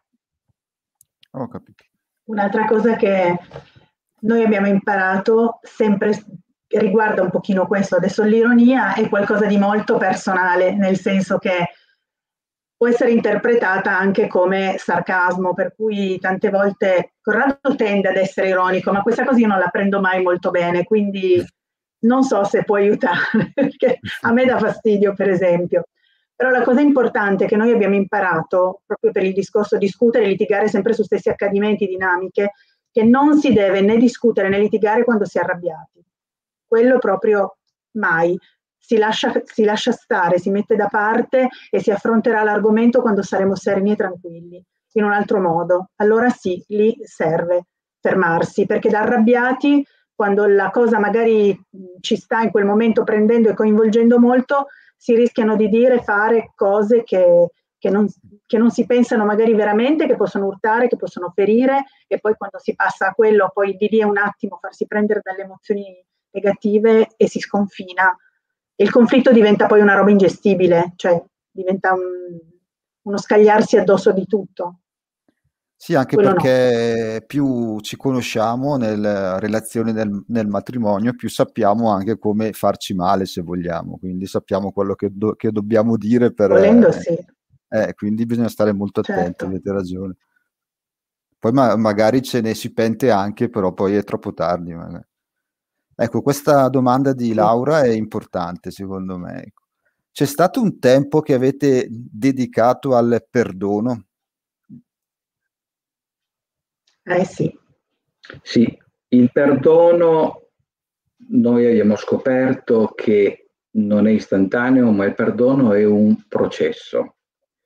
Ho capito. Un'altra cosa che noi abbiamo imparato, sempre riguarda un pochino questo, adesso l'ironia è qualcosa di molto personale, nel senso che può essere interpretata anche come sarcasmo, per cui tante volte Corrado tende ad essere ironico, ma questa cosa io non la prendo mai molto bene, quindi non so se può aiutare, perché a me dà fastidio, per esempio. Però la cosa importante che noi abbiamo imparato, proprio per il discorso discutere e litigare sempre su stessi accadimenti, dinamiche, che non si deve né discutere né litigare quando si è arrabbiati. Quello proprio mai. Si lascia, si lascia stare, si mette da parte e si affronterà l'argomento quando saremo sereni e tranquilli, in un altro modo. Allora sì, lì serve fermarsi, perché da arrabbiati, quando la cosa magari ci sta in quel momento prendendo e coinvolgendo molto, si rischiano di dire e fare cose che, che, non, che non si pensano magari veramente, che possono urtare, che possono ferire, e poi quando si passa a quello, poi di lì è un attimo farsi prendere dalle emozioni negative e si sconfina. E il conflitto diventa poi una roba ingestibile, cioè diventa un, uno scagliarsi addosso di tutto. Sì, anche Quello perché no. più ci conosciamo nella relazione nel, nel matrimonio, più sappiamo anche come farci male, se vogliamo, quindi sappiamo quello che, do, che dobbiamo dire per... Volendo sì. Eh, quindi bisogna stare molto attenti, Certo. avete ragione. Poi ma magari ce ne si pente anche, però poi è troppo tardi. Magari. Ecco, questa domanda di Laura è importante, secondo me. Ecco. C'è stato un tempo che avete dedicato al perdono? Eh sì. Sì, il perdono, noi abbiamo scoperto che non è istantaneo, ma il perdono è un processo.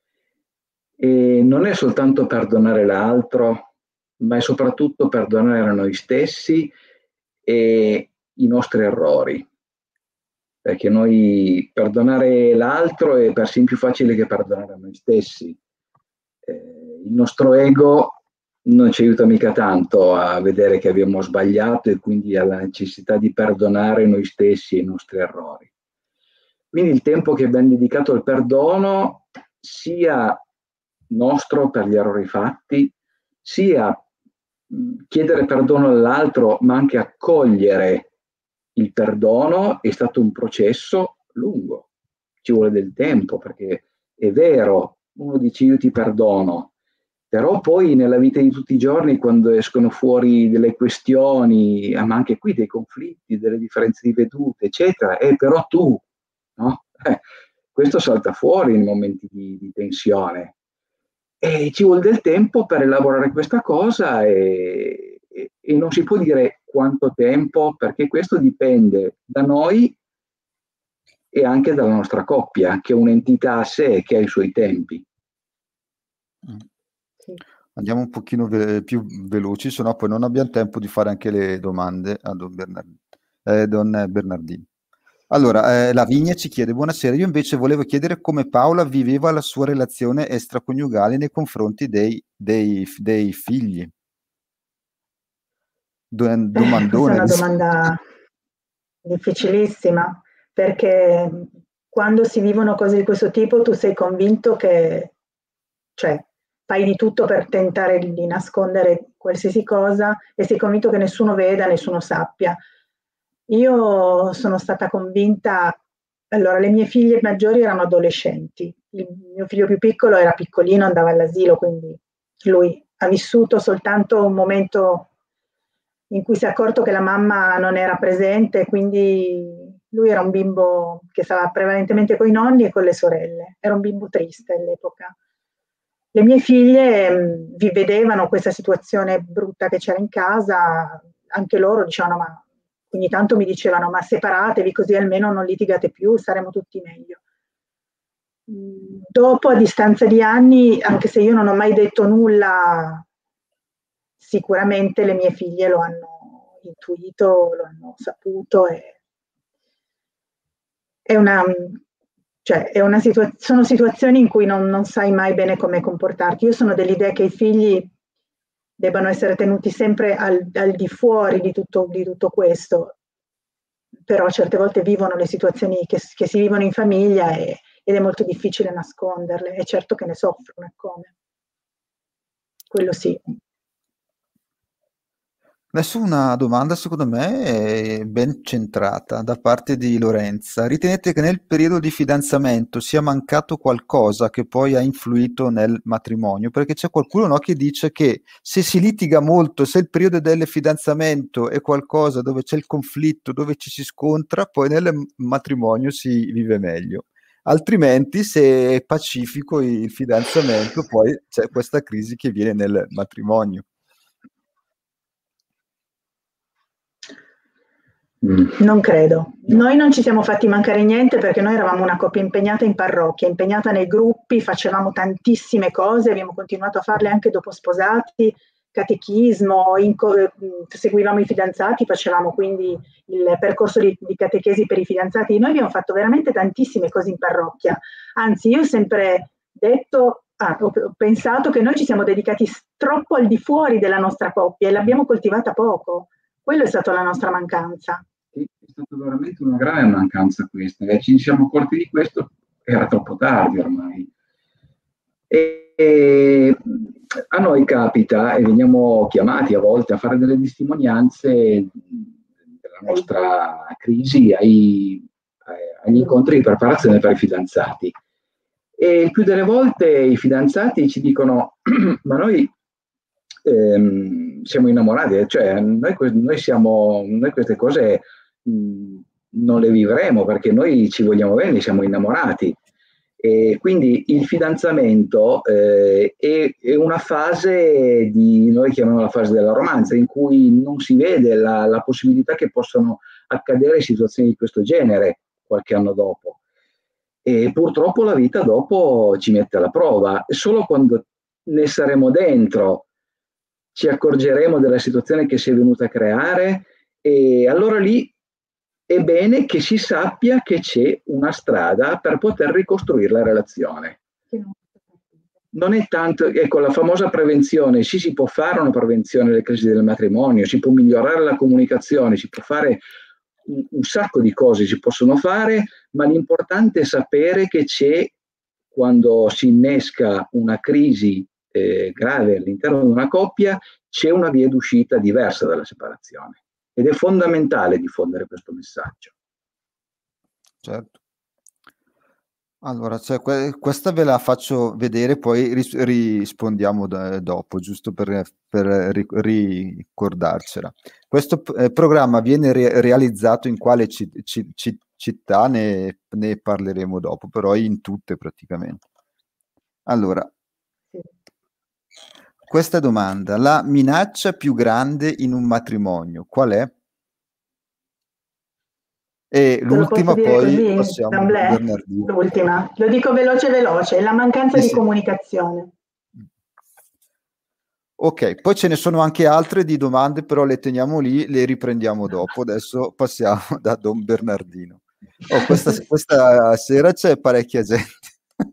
E non è soltanto perdonare l'altro, ma è soprattutto perdonare noi stessi e i nostri errori. Perché noi perdonare l'altro è persino più facile che perdonare noi stessi. Eh, il nostro ego non ci aiuta mica tanto a vedere che abbiamo sbagliato e quindi alla necessità di perdonare noi stessi e i nostri errori. Quindi il tempo che abbiamo dedicato al perdono, sia nostro per gli errori fatti, sia chiedere perdono all'altro, ma anche accogliere il perdono, è stato un processo lungo. Ci vuole del tempo, perché è vero, uno dice io ti perdono, però poi nella vita di tutti i giorni, quando escono fuori delle questioni, ma anche qui dei conflitti, delle differenze di vedute, eccetera, e eh, però tu, no? Eh, questo salta fuori in momenti di, di tensione. E ci vuole del tempo per elaborare questa cosa e, e, e non si può dire quanto tempo, perché questo dipende da noi e anche dalla nostra coppia, che è un'entità a sé, che ha i suoi tempi. Andiamo un pochino ve- più veloci, se no poi non abbiamo tempo di fare anche le domande a Don, Bernard- eh, Don Bernardino. Allora, eh, Lavinia ci chiede, buonasera, io invece volevo chiedere come Paola viveva la sua relazione extraconiugale nei confronti dei, dei, dei figli. Domandone. Eh, questa è una domanda difficilissima, perché quando si vivono cose di questo tipo tu sei convinto che, cioè, fai di tutto per tentare di nascondere qualsiasi cosa e sei convinto che nessuno veda, nessuno sappia. Io sono stata convinta, allora le mie figlie maggiori erano adolescenti, il mio figlio più piccolo era piccolino, andava all'asilo, quindi lui ha vissuto soltanto un momento in cui si è accorto che la mamma non era presente, quindi lui era un bimbo che stava prevalentemente con i nonni e con le sorelle, era un bimbo triste all'epoca. Le mie figlie mh, vi vedevano questa situazione brutta che c'era in casa, anche loro dicevano ma ogni tanto mi dicevano ma separatevi così almeno non litigate più, saremo tutti meglio. Dopo, a distanza di anni, anche se io non ho mai detto nulla, sicuramente le mie figlie lo hanno intuito, lo hanno saputo e è una, cioè, è una situa- sono situazioni in cui non, non sai mai bene come comportarti. Io sono dell'idea che i figli debbano essere tenuti sempre al, al di fuori di tutto, di tutto questo, però certe volte vivono le situazioni che, che si vivono in famiglia e, ed è molto difficile nasconderle, e certo che ne soffrono e come. Quello sì. Adesso una domanda secondo me ben centrata da parte di Lorenza. Ritenete che nel periodo di fidanzamento sia mancato qualcosa che poi ha influito nel matrimonio? Perché c'è qualcuno, no, che dice che se si litiga molto, se il periodo del fidanzamento è qualcosa dove c'è il conflitto, dove ci si scontra, poi nel matrimonio si vive meglio. Altrimenti, se è pacifico il fidanzamento, poi c'è questa crisi che viene nel matrimonio. Non credo. Noi non ci siamo fatti mancare niente perché noi eravamo una coppia impegnata in parrocchia, impegnata nei gruppi, facevamo tantissime cose, abbiamo continuato a farle anche dopo sposati, catechismo, seguivamo i fidanzati, facevamo quindi il percorso di, di catechesi per i fidanzati. Noi abbiamo fatto veramente tantissime cose in parrocchia. Anzi, io ho sempre detto, ah, ho, ho pensato che noi ci siamo dedicati troppo al di fuori della nostra coppia e l'abbiamo coltivata poco. Quello è stata la nostra mancanza. È stata veramente una grave mancanza questa, e ci siamo accorti di questo, era troppo tardi ormai. E, e a noi capita, e veniamo chiamati a volte a fare delle testimonianze della nostra crisi ai, agli incontri di preparazione per i fidanzati. E il più delle volte i fidanzati ci dicono, ma noi ehm, siamo innamorati, cioè noi, noi, siamo, noi queste cose mh, non le vivremo perché noi ci vogliamo bene, siamo innamorati. E quindi il fidanzamento eh, è, è una fase di, noi chiamiamo la fase della romanza, in cui non si vede la, la possibilità che possano accadere situazioni di questo genere qualche anno dopo. E purtroppo la vita dopo ci mette alla prova. Solo quando ne saremo dentro ci accorgeremo della situazione che si è venuta a creare, e allora lì è bene che si sappia che c'è una strada per poter ricostruire la relazione. Non è tanto, ecco, la famosa prevenzione, sì, si può fare una prevenzione delle crisi del matrimonio, si può migliorare la comunicazione, si può fare un, un sacco di cose, si possono fare, ma l'importante è sapere che c'è, quando si innesca una crisi eh, grave all'interno di una coppia, c'è una via d'uscita diversa dalla separazione. Ed è fondamentale diffondere questo messaggio. Certo. Allora, cioè, que questa ve la faccio vedere, poi ris rispondiamo da dopo, giusto per, per ricordarcela. Questo eh, programma viene re realizzato in quale ci ci ci città, ne, ne parleremo dopo, però in tutte praticamente. Allora, questa domanda: la minaccia più grande in un matrimonio qual è? E l'ultima poi passiamo a Bernardino. L'ultima, lo dico veloce veloce, la mancanza sì, di sì. comunicazione. Ok, poi ce ne sono anche altre di domande, però le teniamo lì, le riprendiamo dopo. Adesso passiamo da Don Bernardino. Oh, questa, questa sera c'è parecchia gente.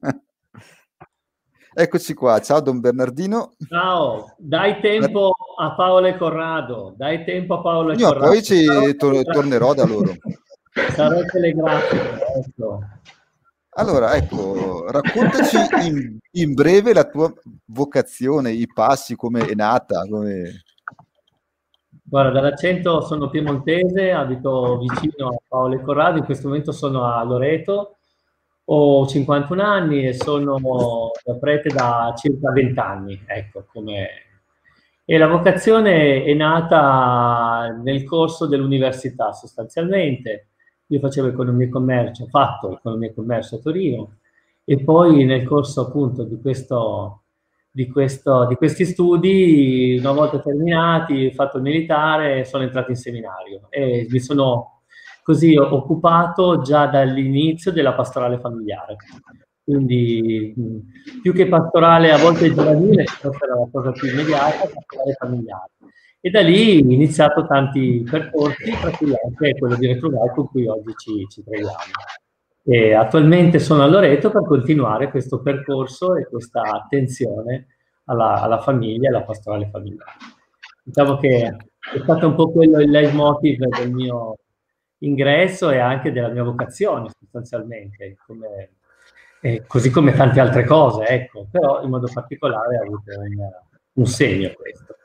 Eccoci qua, ciao Don Bernardino. Ciao, dai tempo a Paolo e Corrado, dai tempo a Paolo e Io Corrado. poi ci to tornerò da loro. Sarò telegrafico, ecco. Allora, ecco, raccontaci in, in breve la tua vocazione, i passi, come è nata. Come... Guarda, dall'accento sono piemontese, abito vicino a Paolo e Corrado, in questo momento sono a Loreto. Ho cinquantuno anni e sono prete da circa venti anni, ecco, come... E la vocazione è nata nel corso dell'università, sostanzialmente. Io facevo economia e commercio, ho fatto economia e commercio a Torino, e poi nel corso appunto di, questo, di, questo, di questi studi, una volta terminati, ho fatto il militare, sono entrato in seminario e mi sono... Così ho occupato già dall'inizio della pastorale familiare. Quindi più che pastorale a volte giovanile, questa era la cosa più immediata, pastorale familiare. E da lì ho iniziato tanti percorsi, tra cui anche quello di Retrograde con cui oggi ci, ci troviamo. E attualmente sono a Loreto per continuare questo percorso e questa attenzione alla, alla famiglia e alla pastorale familiare. Diciamo che è stato un po' quello il leitmotiv del mio ingresso e anche della mia vocazione sostanzialmente, come, eh, così come tante altre cose, ecco, però in modo particolare ha avuto un, un segno questo.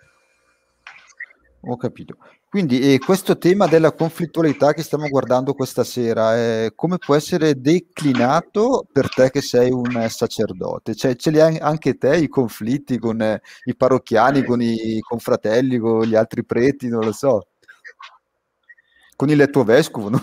Ho capito. Quindi eh, questo tema della conflittualità che stiamo guardando questa sera, eh, come può essere declinato per te che sei un sacerdote? Cioè, ce li hai anche te i conflitti con eh, i parrocchiani, con i confratelli, con gli altri preti, non lo so. Con il tuo vescovo, no?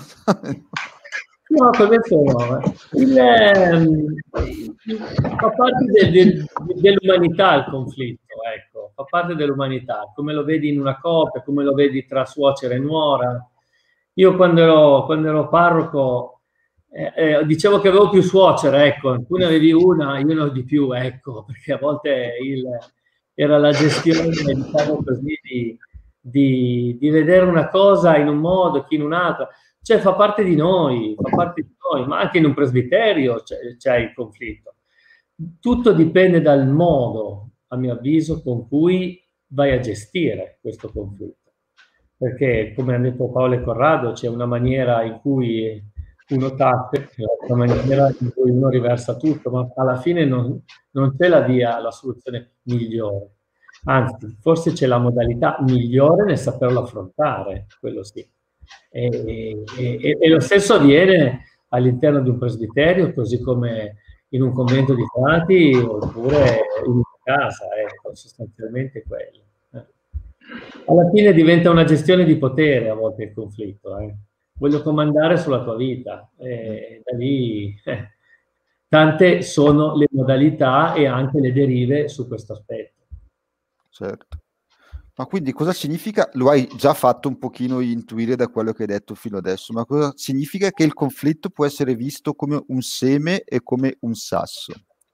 No, questo no. Il, ehm, fa parte de, de, dell'umanità il conflitto, ecco, fa parte dell'umanità, come lo vedi in una coppia, come lo vedi tra suocera e nuora. Io quando ero, quando ero parroco eh, eh, dicevo che avevo più suocere, ecco, tu ne avevi una, io ne ho di più, ecco, perché a volte il, era la gestione, diciamo così, di... Di, di vedere una cosa in un modo, chi in un altro, cioè fa parte di noi, fa parte di noi, ma anche in un presbiterio c'è il conflitto. Tutto dipende dal modo, a mio avviso, con cui vai a gestire questo conflitto. Perché, come ha detto Paolo e Corrado, c'è una maniera in cui uno tace, una maniera in cui uno riversa tutto, ma alla fine non, non c'è la via, la soluzione migliore. Anzi, forse c'è la modalità migliore nel saperlo affrontare, quello sì. E, e, e lo stesso avviene all'interno di un presbiterio, così come in un convento di frati oppure in una casa, ecco, sostanzialmente quello. Alla fine diventa una gestione di potere a volte il conflitto. Eh. Voglio comandare sulla tua vita. E da lì eh, tante sono le modalità e anche le derive su questo aspetto. Certo. Ma quindi cosa significa, lo hai già fatto un pochino intuire da quello che hai detto fino adesso, ma cosa significa che il conflitto può essere visto come un seme e come un sasso?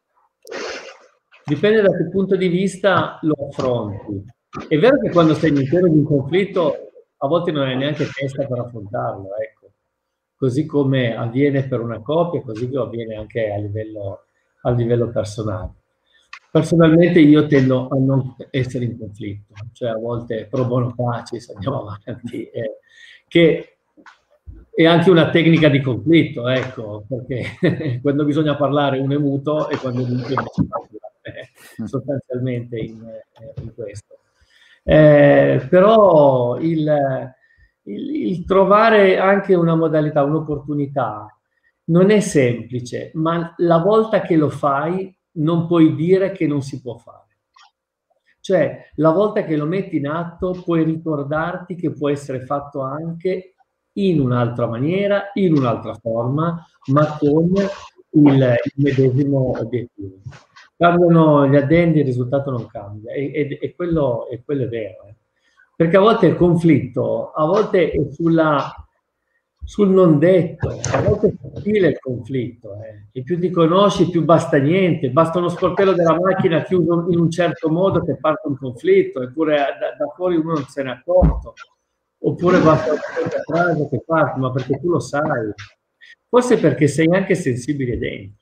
Dipende da che punto di vista lo affronti. È vero che quando sei all'interno di un conflitto a volte non hai neanche testa per affrontarlo, ecco. Così come avviene per una coppia, così come avviene anche a livello, a livello personale. Personalmente io tendo a non essere in conflitto, cioè a volte pro bono pacis, andiamo avanti, eh, che è anche una tecnica di conflitto, ecco, perché quando bisogna parlare uno è muto e quando invece parla, eh, sostanzialmente in, eh, in questo. Eh, però il, il, il trovare anche una modalità, un'opportunità, non è semplice, ma la volta che lo fai non puoi dire che non si può fare. Cioè, la volta che lo metti in atto puoi ricordarti che può essere fatto anche in un'altra maniera, in un'altra forma, ma con il, il medesimo obiettivo. Cambiano gli addendi, il risultato non cambia, e, e, e, quello, e quello è vero. Eh. Perché a volte il conflitto, a volte è sulla... sul non detto, a volte è sottile il conflitto, eh. E più ti conosci più basta niente, basta uno sportello della macchina chiuso in un certo modo che parte un conflitto, eppure da, da fuori uno non se ne è accorto, oppure basta una frase che parte, ma perché tu lo sai, forse perché sei anche sensibile dentro,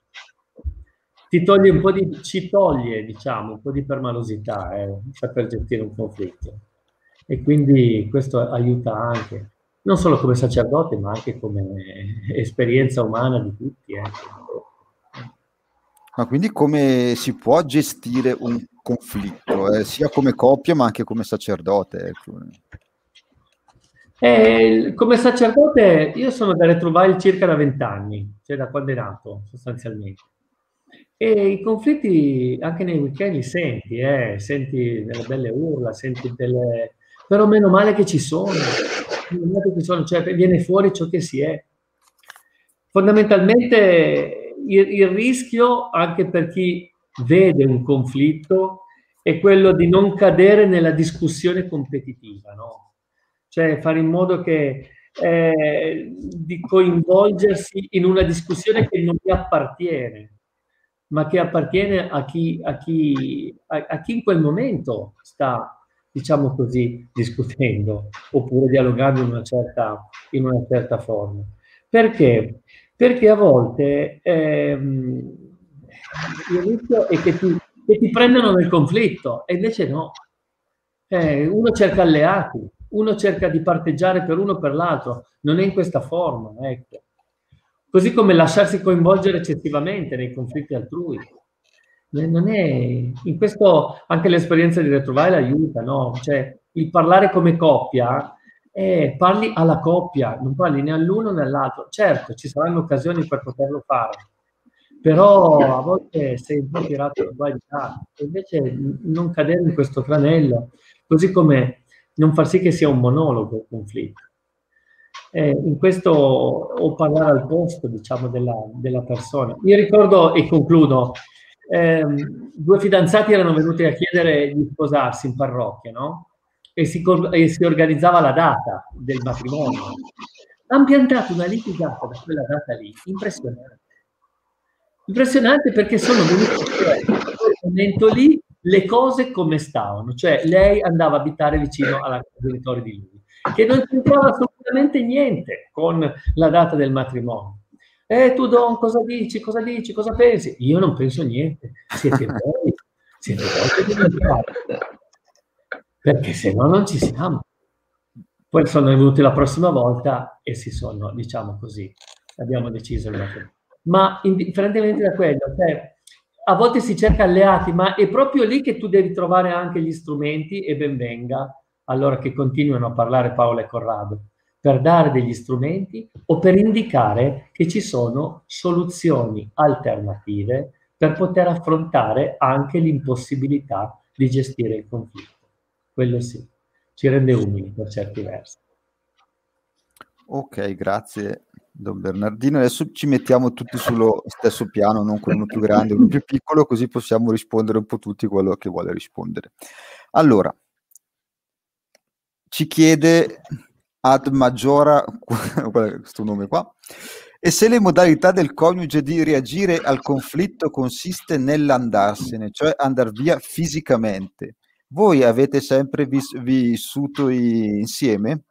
ti toglie un po' di, ci toglie diciamo un po' di permalosità, eh, saper gestire un conflitto, e quindi questo aiuta anche. Non solo come sacerdote, ma anche come esperienza umana di tutti. Eh. Ma quindi come si può gestire un conflitto, eh, sia come coppia ma anche come sacerdote? Ecco. Eh, come sacerdote io sono da Retrovail circa da vent'anni, cioè da quando è nato sostanzialmente. E i conflitti anche nei weekend li senti, eh, senti delle belle urla, senti delle... però meno male che ci sono. Cioè, viene fuori ciò che si è. Fondamentalmente il, il rischio, anche per chi vede un conflitto, è quello di non cadere nella discussione competitiva, no? Cioè fare in modo che eh, di coinvolgersi in una discussione che non gli appartiene, ma che appartiene a chi, a chi, a, a chi in quel momento sta, diciamo così, discutendo oppure dialogando in una certa, in una certa forma. Perché? Perché a volte ehm, il rischio è che ti, che ti prendano nel conflitto, e invece no. Eh, uno cerca alleati, uno cerca di parteggiare per uno o per l'altro, non è in questa forma, ecco. Così come lasciarsi coinvolgere eccessivamente nei conflitti altrui. Non è, in questo anche l'esperienza di Retrovail aiuta, no? Cioè, il parlare come coppia, eh, parli alla coppia, non parli né all'uno né all'altro. Certo, ci saranno occasioni per poterlo fare, però a volte sei un po' tirato da guai di là, e invece non cadere in questo tranello, così come non far sì che sia un monologo il conflitto. Eh, in questo o parlare al posto, diciamo, della, della persona. Io ricordo, e concludo, ehm, due fidanzati erano venuti a chiedere di sposarsi in parrocchia, no? E si, e si organizzava la data del matrimonio. Hanno piantato una litigata da quella data lì, impressionante. Impressionante perché sono venuti in quel momento lì le cose come stavano, cioè lei andava a abitare vicino alla genitori di lui, che non c'entrava assolutamente niente con la data del matrimonio. Eh, tu Don, cosa dici? Cosa dici? Cosa pensi? Io non penso niente. Siete voi, siete voi che dovete fare. Perché se no non ci siamo. Poi sono venuti la prossima volta e si sono, diciamo così, abbiamo deciso il matrimonio. Ma indifferentemente da quello, cioè, a volte si cerca alleati, ma è proprio lì che tu devi trovare anche gli strumenti, e ben venga allora che continuano a parlare Paola e Corrado, per dare degli strumenti o per indicare che ci sono soluzioni alternative per poter affrontare anche l'impossibilità di gestire il conflitto. Quello sì. ci rende umili per certi versi. Ok, grazie Don Bernardino. Adesso ci mettiamo tutti sullo stesso piano, non con uno più grande e uno più piccolo, così possiamo rispondere un po' tutti quello che vuole rispondere. Allora, ci chiede Ad Maggiora, questo nome qua, e se le modalità del coniuge di reagire al conflitto consiste nell'andarsene, cioè andar via fisicamente. Voi avete sempre vis- vissuto i- insieme?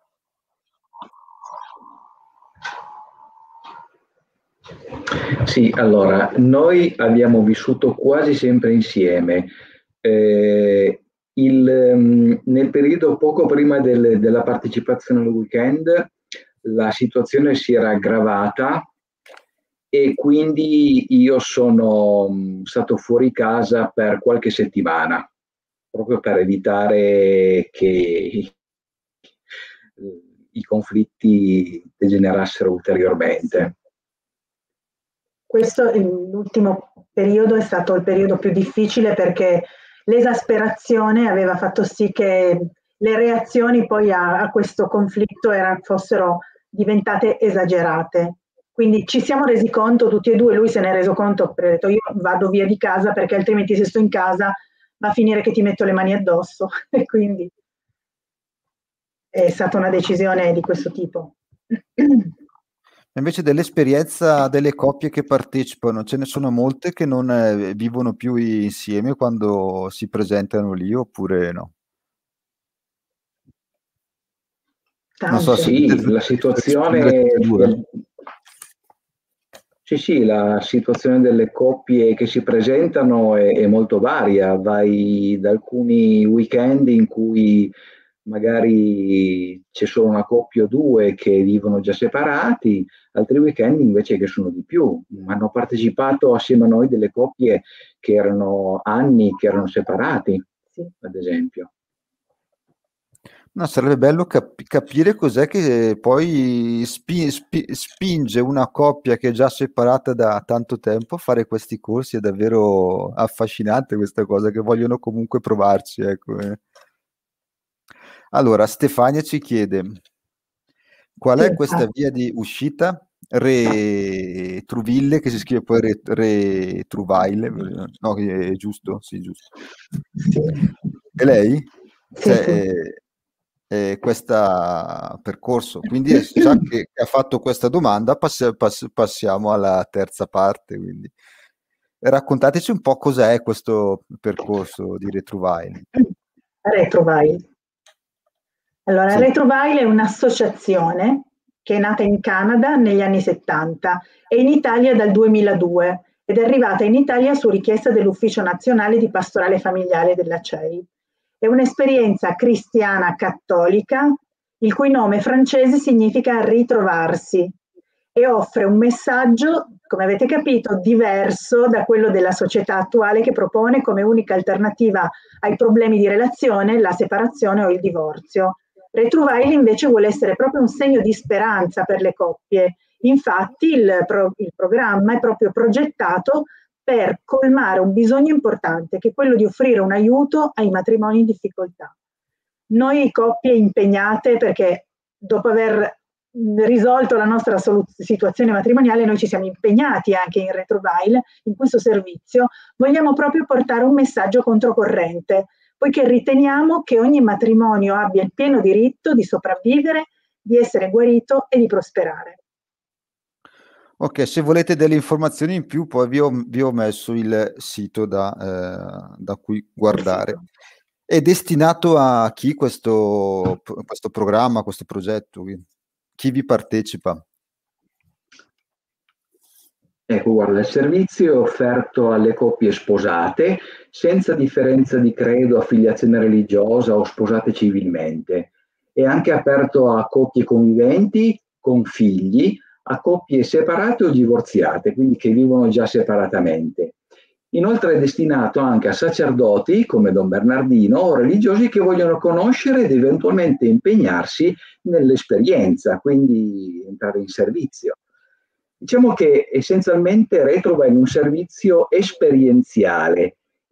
Sì, allora, noi abbiamo vissuto quasi sempre insieme. Eh, il, um, nel periodo poco prima del, della partecipazione al weekend, la situazione si era aggravata e quindi io sono um, stato fuori casa per qualche settimana, proprio per evitare che i conflitti degenerassero ulteriormente. Questo, l'ultimo periodo, è stato il periodo più difficile perché l'esasperazione aveva fatto sì che le reazioni poi a, a questo conflitto era, fossero diventate esagerate. Quindi ci siamo resi conto tutti e due, lui se ne è reso conto, ha detto io vado via di casa perché altrimenti se sto in casa va a finire che ti metto le mani addosso. E quindi è stata una decisione di questo tipo. Invece dell'esperienza delle coppie che partecipano, ce ne sono molte che non eh, vivono più insieme quando si presentano lì, oppure no? Non so se sì, avete la situazione del... Sì, sì, la situazione delle coppie che si presentano è, è molto varia, vai da alcuni weekend in cui magari c'è solo una coppia o due che vivono già separati, altri weekend invece che sono di più. Hanno partecipato assieme a noi delle coppie che erano anni che erano separati, ad esempio. No, sarebbe bello cap- capire cos'è che poi spi- spi- spinge una coppia che è già separata da tanto tempo a fare questi corsi. È davvero affascinante questa cosa, che vogliono comunque provarci, ecco. eh. Allora, Stefania ci chiede: qual è questa via di uscita? Retruville, che si scrive poi re- Retruvaille, no, è giusto? Sì, giusto. E lei? Sì, Cioè, sì. eh, eh, questo percorso, quindi già che ha fatto questa domanda passi- pass- passiamo alla terza parte, quindi raccontateci un po' cos'è questo percorso di Retruvaille. Retruvaille. Allora, Sì. Retruvaille è un'associazione che è nata in Canada negli anni settanta e in Italia dal duemiladue ed è arrivata in Italia su richiesta dell'Ufficio Nazionale di Pastorale Familiare della C E I. È un'esperienza cristiana cattolica il cui nome francese significa ritrovarsi e offre un messaggio, come avete capito, diverso da quello della società attuale che propone come unica alternativa ai problemi di relazione la separazione o il divorzio. Retruvaille invece vuole essere proprio un segno di speranza per le coppie. Infatti il, pro, il programma è proprio progettato per colmare un bisogno importante, che è quello di offrire un aiuto ai matrimoni in difficoltà. Noi coppie impegnate, perché dopo aver risolto la nostra situazione matrimoniale, noi ci siamo impegnati anche in Retruvaille, in questo servizio, vogliamo proprio portare un messaggio controcorrente, poiché riteniamo che ogni matrimonio abbia il pieno diritto di sopravvivere, di essere guarito e di prosperare. Ok, se volete delle informazioni in più, poi vi ho, vi ho messo il sito da, eh, da cui guardare. È destinato a chi questo, questo programma, questo progetto? Chi vi partecipa? Ecco, guarda, il servizio è offerto alle coppie sposate senza differenza di credo, affiliazione religiosa o sposate civilmente. È anche aperto a coppie conviventi con figli, a coppie separate o divorziate, quindi che vivono già separatamente. Inoltre è destinato anche a sacerdoti come Don Bernardino o religiosi che vogliono conoscere ed eventualmente impegnarsi nell'esperienza, quindi entrare in servizio. Diciamo che essenzialmente Retruvaille è un servizio esperienziale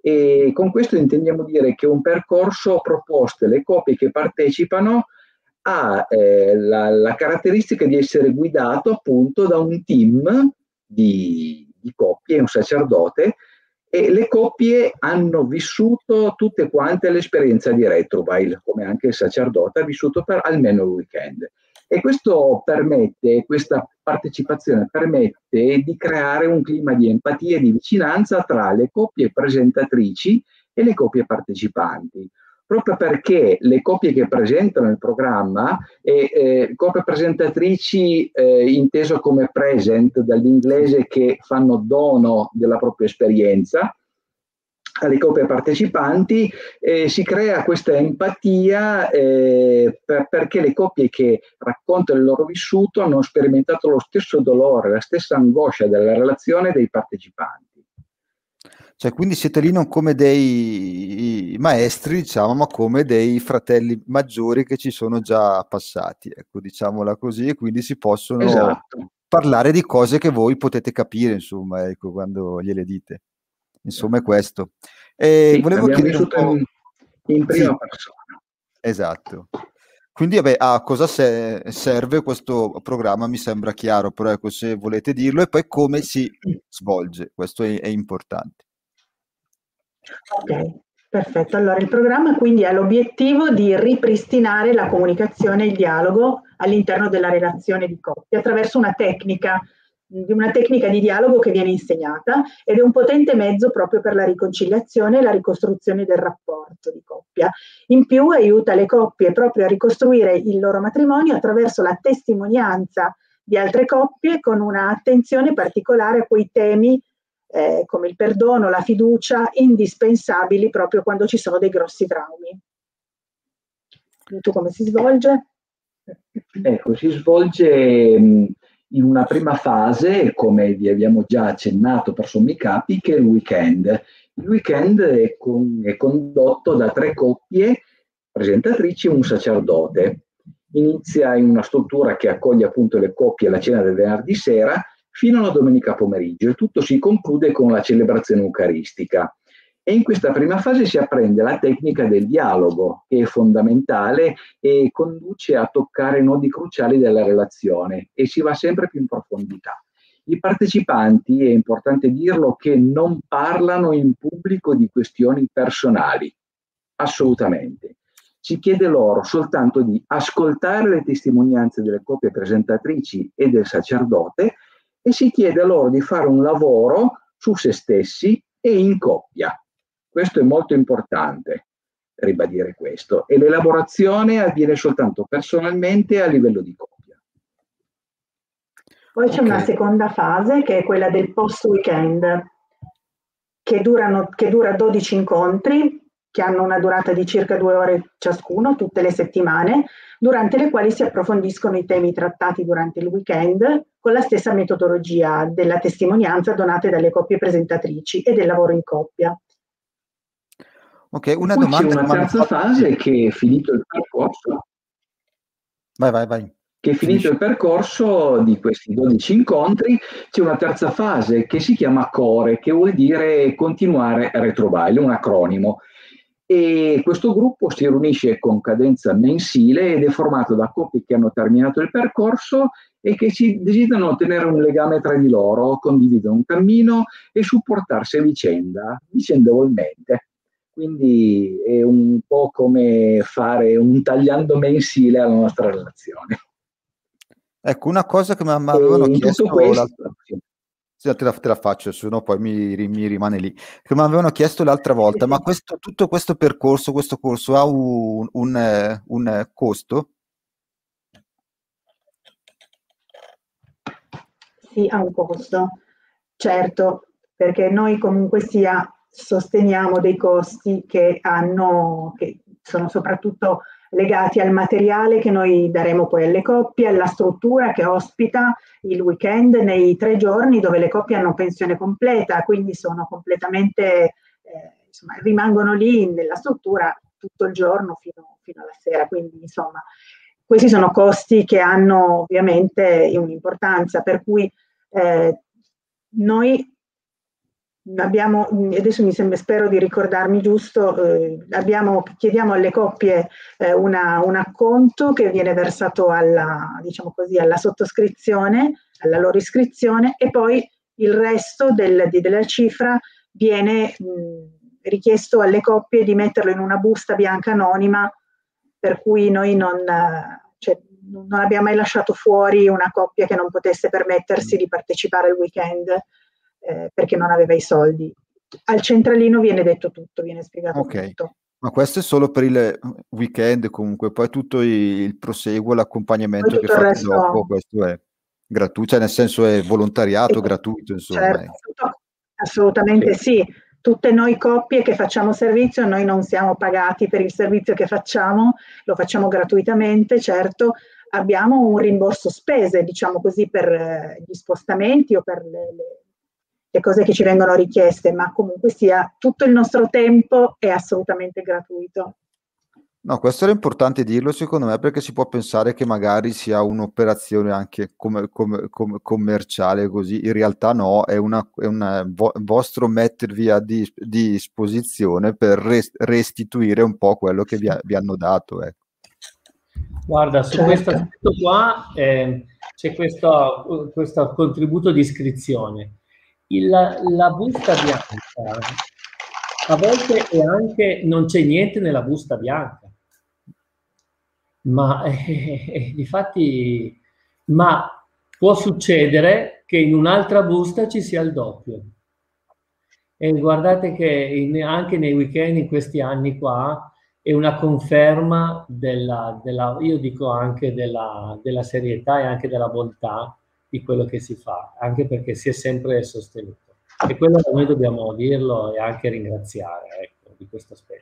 e con questo intendiamo dire che un percorso proposto alle coppie che partecipano ha eh, la, la caratteristica di essere guidato appunto da un team di, di coppie, un sacerdote, e le coppie hanno vissuto tutte quante l'esperienza di Retrobile, come anche il sacerdote ha vissuto per almeno il weekend. E questo permette, questa partecipazione permette di creare un clima di empatia e di vicinanza tra le coppie presentatrici e le coppie partecipanti. Proprio perché le coppie che presentano il programma, e eh, coppie presentatrici eh, inteso come present, dall'inglese, che fanno dono della propria esperienza, alle coppie partecipanti, eh, si crea questa empatia eh, per, perché le coppie che raccontano il loro vissuto hanno sperimentato lo stesso dolore, la stessa angoscia della relazione dei partecipanti. Cioè, quindi siete lì non come dei maestri, diciamo, ma come dei fratelli maggiori che ci sono già passati, ecco, diciamola così, e quindi si possono Esatto. parlare di cose che voi potete capire, insomma, ecco, quando gliele dite. Insomma, è questo. E Sì, volevo abbiamo chiedere un vissuto po'... in, in prima Sì, persona. esatto. Quindi, vabbè, a cosa se- serve questo programma mi sembra chiaro, però ecco, se volete dirlo, e poi come si svolge, questo è, è importante. Ok, perfetto. Allora, il programma quindi ha l'obiettivo di ripristinare la comunicazione e il dialogo all'interno della relazione di coppia attraverso una tecnica, di una tecnica di dialogo che viene insegnata ed è un potente mezzo proprio per la riconciliazione e la ricostruzione del rapporto di coppia. In più aiuta le coppie proprio a ricostruire il loro matrimonio attraverso la testimonianza di altre coppie con un'attenzione particolare a quei temi Eh, come il perdono, la fiducia, indispensabili proprio quando ci sono dei grossi traumi. E tu come si svolge? Ecco, si svolge mh, in una prima fase, come vi abbiamo già accennato per sommi capi, che è il weekend. Il weekend è, con, è condotto da tre coppie presentatrici e un sacerdote. Inizia in una struttura che accoglie appunto le coppie alla cena del venerdì sera fino alla domenica pomeriggio, e tutto si conclude con la celebrazione eucaristica. E in questa prima fase si apprende la tecnica del dialogo, che è fondamentale e conduce a toccare nodi cruciali della relazione, e si va sempre più in profondità. I partecipanti, è importante dirlo, che non parlano in pubblico di questioni personali, assolutamente. Si chiede loro soltanto di ascoltare le testimonianze delle coppie presentatrici e del sacerdote, e si chiede loro di fare un lavoro su se stessi e in coppia. Questo è molto importante, ribadire questo. E l'elaborazione avviene soltanto personalmente a livello di coppia. Poi c'è Ok. una seconda fase che è quella del post-weekend, che, durano, che dura dodici incontri, che hanno una durata di circa due ore ciascuno, tutte le settimane, durante le quali si approfondiscono i temi trattati durante il weekend con la stessa metodologia della testimonianza donate dalle coppie presentatrici e del lavoro in coppia. Ok, una Poi c'è domanda che una mi hanno terza fatto... fase che è finito il percorso, Vai, vai, vai. che è finito Finisci. il percorso di questi dodici incontri, c'è una terza fase che si chiama CORE, che vuol dire continuare Retrobile, un acronimo. E questo gruppo si riunisce con cadenza mensile ed è formato da coppie che hanno terminato il percorso e che si desiderano tenere un legame tra di loro, condividere un cammino e supportarsi a vicenda, vicendevolmente. Quindi è un po' come fare un tagliando mensile alla nostra relazione. Ecco, una cosa che mi E avevano in tutto chiesto questo, l'altra... Sì, te la, te la faccio, se no poi mi, ri- mi rimane lì. Che mi avevano chiesto l'altra volta, ma questo, tutto questo percorso, questo corso ha un, un, eh, un eh, costo? Sì, ha un costo, certo, perché noi comunque sia sosteniamo dei costi che hanno, che sono soprattutto legati al materiale che noi daremo poi alle coppie, alla struttura che ospita il weekend nei tre giorni dove le coppie hanno pensione completa, quindi sono completamente, eh, insomma, rimangono lì nella struttura tutto il giorno fino, fino alla sera, quindi insomma questi sono costi che hanno ovviamente un'importanza, per cui eh, noi abbiamo, adesso mi sembra, spero di ricordarmi giusto, eh, abbiamo, chiediamo alle coppie eh, una, un acconto che viene versato alla, diciamo così, alla sottoscrizione, alla loro iscrizione, e poi il resto del, di, della cifra viene mh, richiesto alle coppie di metterlo in una busta bianca anonima, per cui noi non, cioè, non abbiamo mai lasciato fuori una coppia che non potesse permettersi di partecipare al weekend eh, perché non aveva i soldi. Al centralino viene detto tutto, viene spiegato Ok. tutto. Ma questo è solo per il weekend, comunque, poi tutto il, il proseguo, l'accompagnamento Poi che tutto il fate resto, dopo, questo è gratuito, cioè nel senso è volontariato, e, gratuito, insomma. certo, tutto, assolutamente sì. sì. Tutte noi coppie che facciamo servizio, noi non siamo pagati per il servizio che facciamo, lo facciamo gratuitamente, certo. Abbiamo un rimborso spese, diciamo così, per eh, gli spostamenti o per le, le, le cose che ci vengono richieste, ma comunque sia tutto il nostro tempo è assolutamente gratuito. No, questo era importante dirlo secondo me, perché si può pensare che magari sia un'operazione anche come, come, come commerciale, così in realtà no, è una, è una vo- vostro mettervi a dis- disposizione per res- restituire un po' quello che vi, ha- vi hanno dato, ecco. Guarda, su Certo. questo aspetto qua eh, c'è questo, questo contributo di iscrizione. Il, la busta bianca, a volte è anche, non c'è niente nella busta bianca, ma eh, eh, difatti, ma può succedere che in un'altra busta ci sia il doppio. E guardate che in, anche nei weekend in questi anni qua è una conferma della, della io dico anche della, della serietà e anche della bontà di quello che si fa, anche perché si è sempre sostenuto. E quello noi dobbiamo dirlo e anche ringraziare, ecco, di questo aspetto.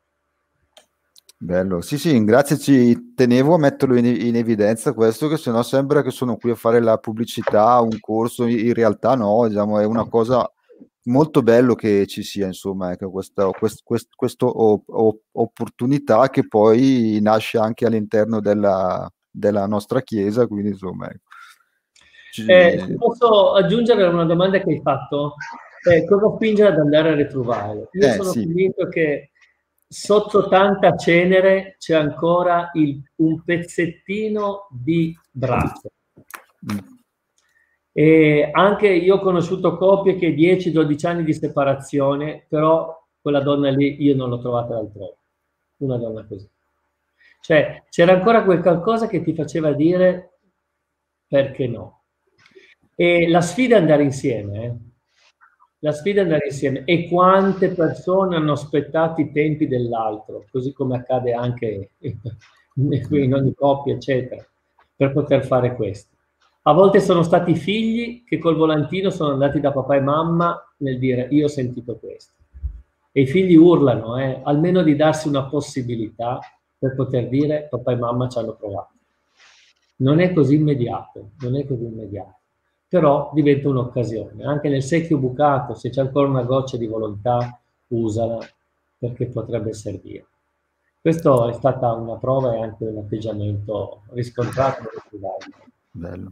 Bello, sì sì, grazie, ci tenevo a metterlo in, in evidenza questo, che sennò sembra che sono qui a fare la pubblicità, un corso, in realtà no, diciamo, è una cosa molto bello che ci sia, insomma, ecco, questa quest, quest, questa o, o, opportunità che poi nasce anche all'interno della, della nostra chiesa, quindi insomma, ecco. Ci... Eh, se posso aggiungere una domanda che hai fatto? Eh, cosa spinge ad andare a ritrovare? Io eh, sono sì. convinto che sotto tanta cenere c'è ancora il, un pezzettino di braccio. Mm. E anche io ho conosciuto coppie che dieci dodici anni di separazione, però quella donna lì io non l'ho trovata altrove. Una donna così. Cioè, c'era ancora quel qualcosa che ti faceva dire perché no. E la sfida è andare insieme, eh? La sfida è andare insieme. E quante persone hanno aspettato i tempi dell'altro, così come accade anche in ogni coppia, eccetera, per poter fare questo. A volte sono stati i figli che col volantino sono andati da papà e mamma nel dire io ho sentito questo. E i figli urlano, eh, almeno di darsi una possibilità per poter dire papà e mamma ci hanno provato. Non è così immediato, non è così immediato. Però diventa un'occasione. Anche nel secchio bucato, se c'è ancora una goccia di volontà, usala, perché potrebbe servire. Questa è stata una prova e anche un atteggiamento riscontrato. Bello.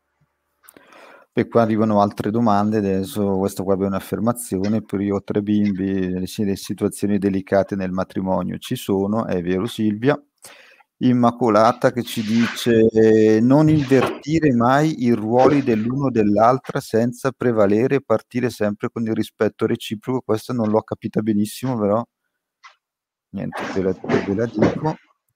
E qua arrivano altre domande, adesso questa qua è un'affermazione, per io ho tre bimbi, le situazioni delicate nel matrimonio ci sono, è vero Silvia. Immacolata che ci dice non invertire mai i ruoli dell'uno o dell'altra senza prevalere e partire sempre con il rispetto reciproco. Questa non l'ho capita benissimo, però niente, ve la, ve la dico.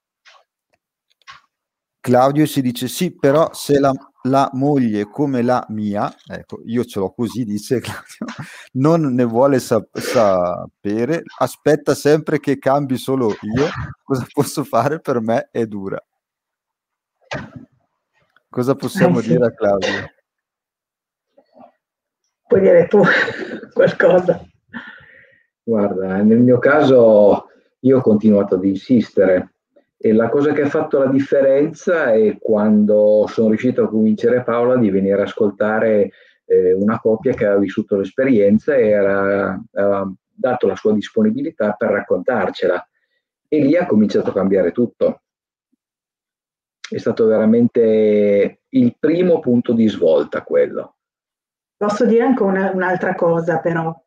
Claudio si dice sì, però se la, la moglie come la mia, ecco, io ce l'ho così, dice Claudio, non ne vuole sap- sapere, aspetta sempre che cambi solo io, cosa posso fare? Per me è dura. Cosa possiamo eh, sì. dire a Claudio? Puoi dire tu qualcosa. Guarda, nel mio caso io ho continuato ad insistere e la cosa che ha fatto la differenza è quando sono riuscito a convincere Paola di venire a ascoltare eh, una coppia che aveva vissuto l'esperienza e era, aveva dato la sua disponibilità per raccontarcela. E lì ha cominciato a cambiare tutto. È stato veramente il primo punto di svolta quello. Posso dire anche una, un'altra cosa però,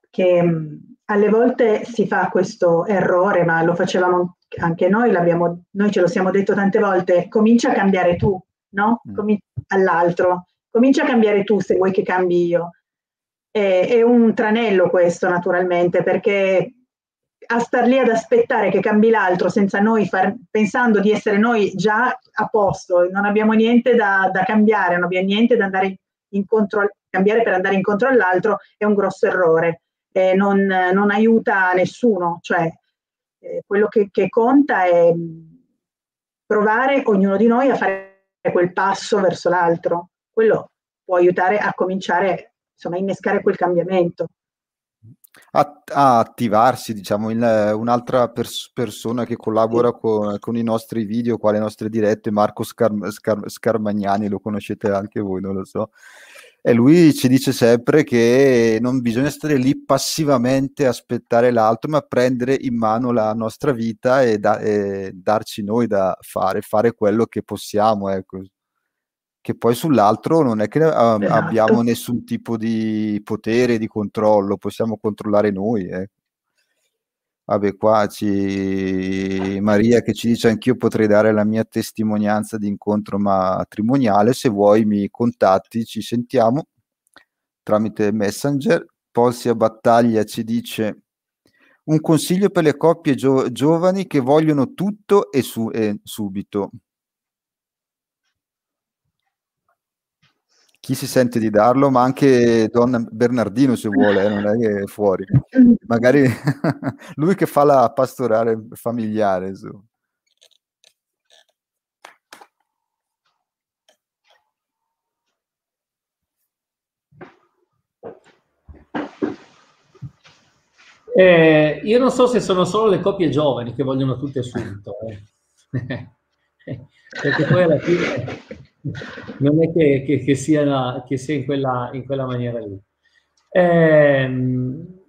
che mh, alle volte si fa questo errore, ma lo facevamo anche noi, l'abbiamo, noi ce lo siamo detto tante volte, comincia a cambiare tu, no? Comin- all'altro, comincia a cambiare tu se vuoi che cambi io. È, è un tranello questo, naturalmente, perché a star lì ad aspettare che cambi l'altro senza noi far, pensando di essere noi già a posto, non abbiamo niente da, da cambiare, non abbiamo niente da andare incontro, cambiare per andare incontro all'altro, è un grosso errore, eh, non, non aiuta nessuno, cioè eh, quello che, che conta è provare ognuno di noi a fare quel passo verso l'altro, quello può aiutare a cominciare, insomma, a innescare quel cambiamento. A, a attivarsi, diciamo, in eh, un'altra pers- persona che collabora con, con i nostri video, qua le nostre dirette, Marco Scar- Scar- Scarmagnani, lo conoscete anche voi, non lo so. E lui ci dice sempre che non bisogna stare lì passivamente a aspettare l'altro, ma prendere in mano la nostra vita e, da- e darci noi da fare, fare quello che possiamo, ecco. Che poi sull'altro non è che uh, Esatto. abbiamo nessun tipo di potere, di controllo, possiamo controllare noi. Eh. Vabbè, qua ci... Maria che ci dice anch'io potrei dare la mia testimonianza di incontro matrimoniale, se vuoi mi contatti, ci sentiamo tramite Messenger. Polsia Battaglia ci dice un consiglio per le coppie gio- giovani che vogliono tutto e, su- e subito. Chi si sente di darlo, ma anche Donna Bernardino se vuole, eh, non è che è fuori. Magari lui che fa la pastorale familiare. Su. Eh, io non so se sono solo le coppie giovani che vogliono tutte subito, eh. Perché poi alla fine non è che, che, che, sia, che sia in quella, in quella maniera lì. Ehm,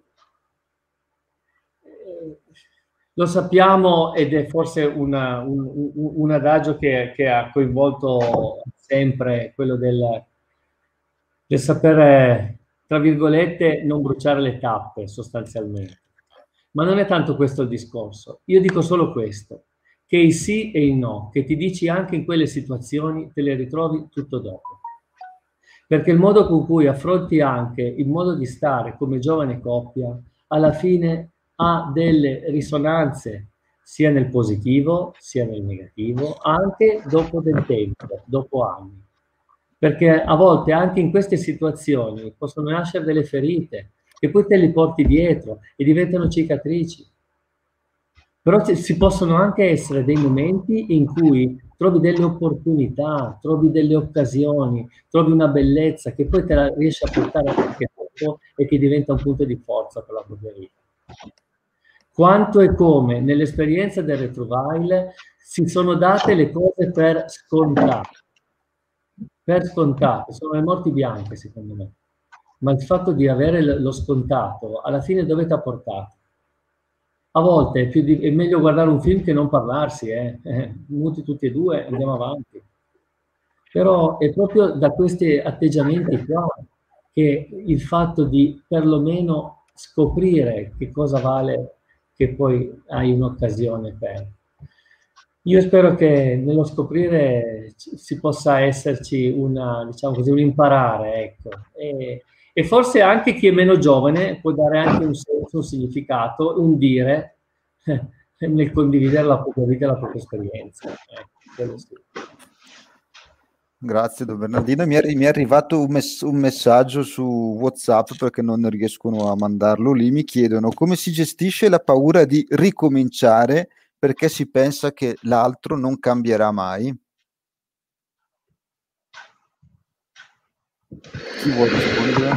lo sappiamo ed è forse una, un, un, un adagio che, che ha coinvolto sempre quello del, del sapere, tra virgolette, non bruciare le tappe sostanzialmente. Ma non è tanto questo il discorso. Io dico solo questo, che i sì e i no, che ti dici anche in quelle situazioni, te le ritrovi tutto dopo. Perché il modo con cui affronti anche il modo di stare come giovane coppia, alla fine ha delle risonanze sia nel positivo sia nel negativo, anche dopo del tempo, dopo anni. Perché a volte anche in queste situazioni possono nascere delle ferite che poi te le porti dietro e diventano cicatrici. Però ci possono anche essere dei momenti in cui trovi delle opportunità, trovi delle occasioni, trovi una bellezza che poi te la riesci a portare anche dopo e che diventa un punto di forza per la propria vita. Quanto e come nell'esperienza del Retrovile si sono date le cose per scontate, per scontate, sono le morti bianche secondo me, ma il fatto di avere lo scontato alla fine dove ti ha portato? A volte è, più di, è meglio guardare un film che non parlarsi, eh. Eh, muti tutti e due, andiamo avanti. Però è proprio da questi atteggiamenti qua che il fatto di perlomeno scoprire che cosa vale che poi hai un'occasione per. Io spero che nello scoprire si possa esserci una, diciamo così, un imparare, ecco. E, e forse anche chi è meno giovane può dare anche un senso, un significato, un dire eh, nel condividere la propria vita e la propria esperienza. Eh, sì. Grazie Don Bernardino. Mi è, mi è arrivato un, mess- un messaggio su WhatsApp perché non riescono a mandarlo lì. Mi chiedono come si gestisce la paura di ricominciare perché si pensa che l'altro non cambierà mai. Chi vuole rispondere?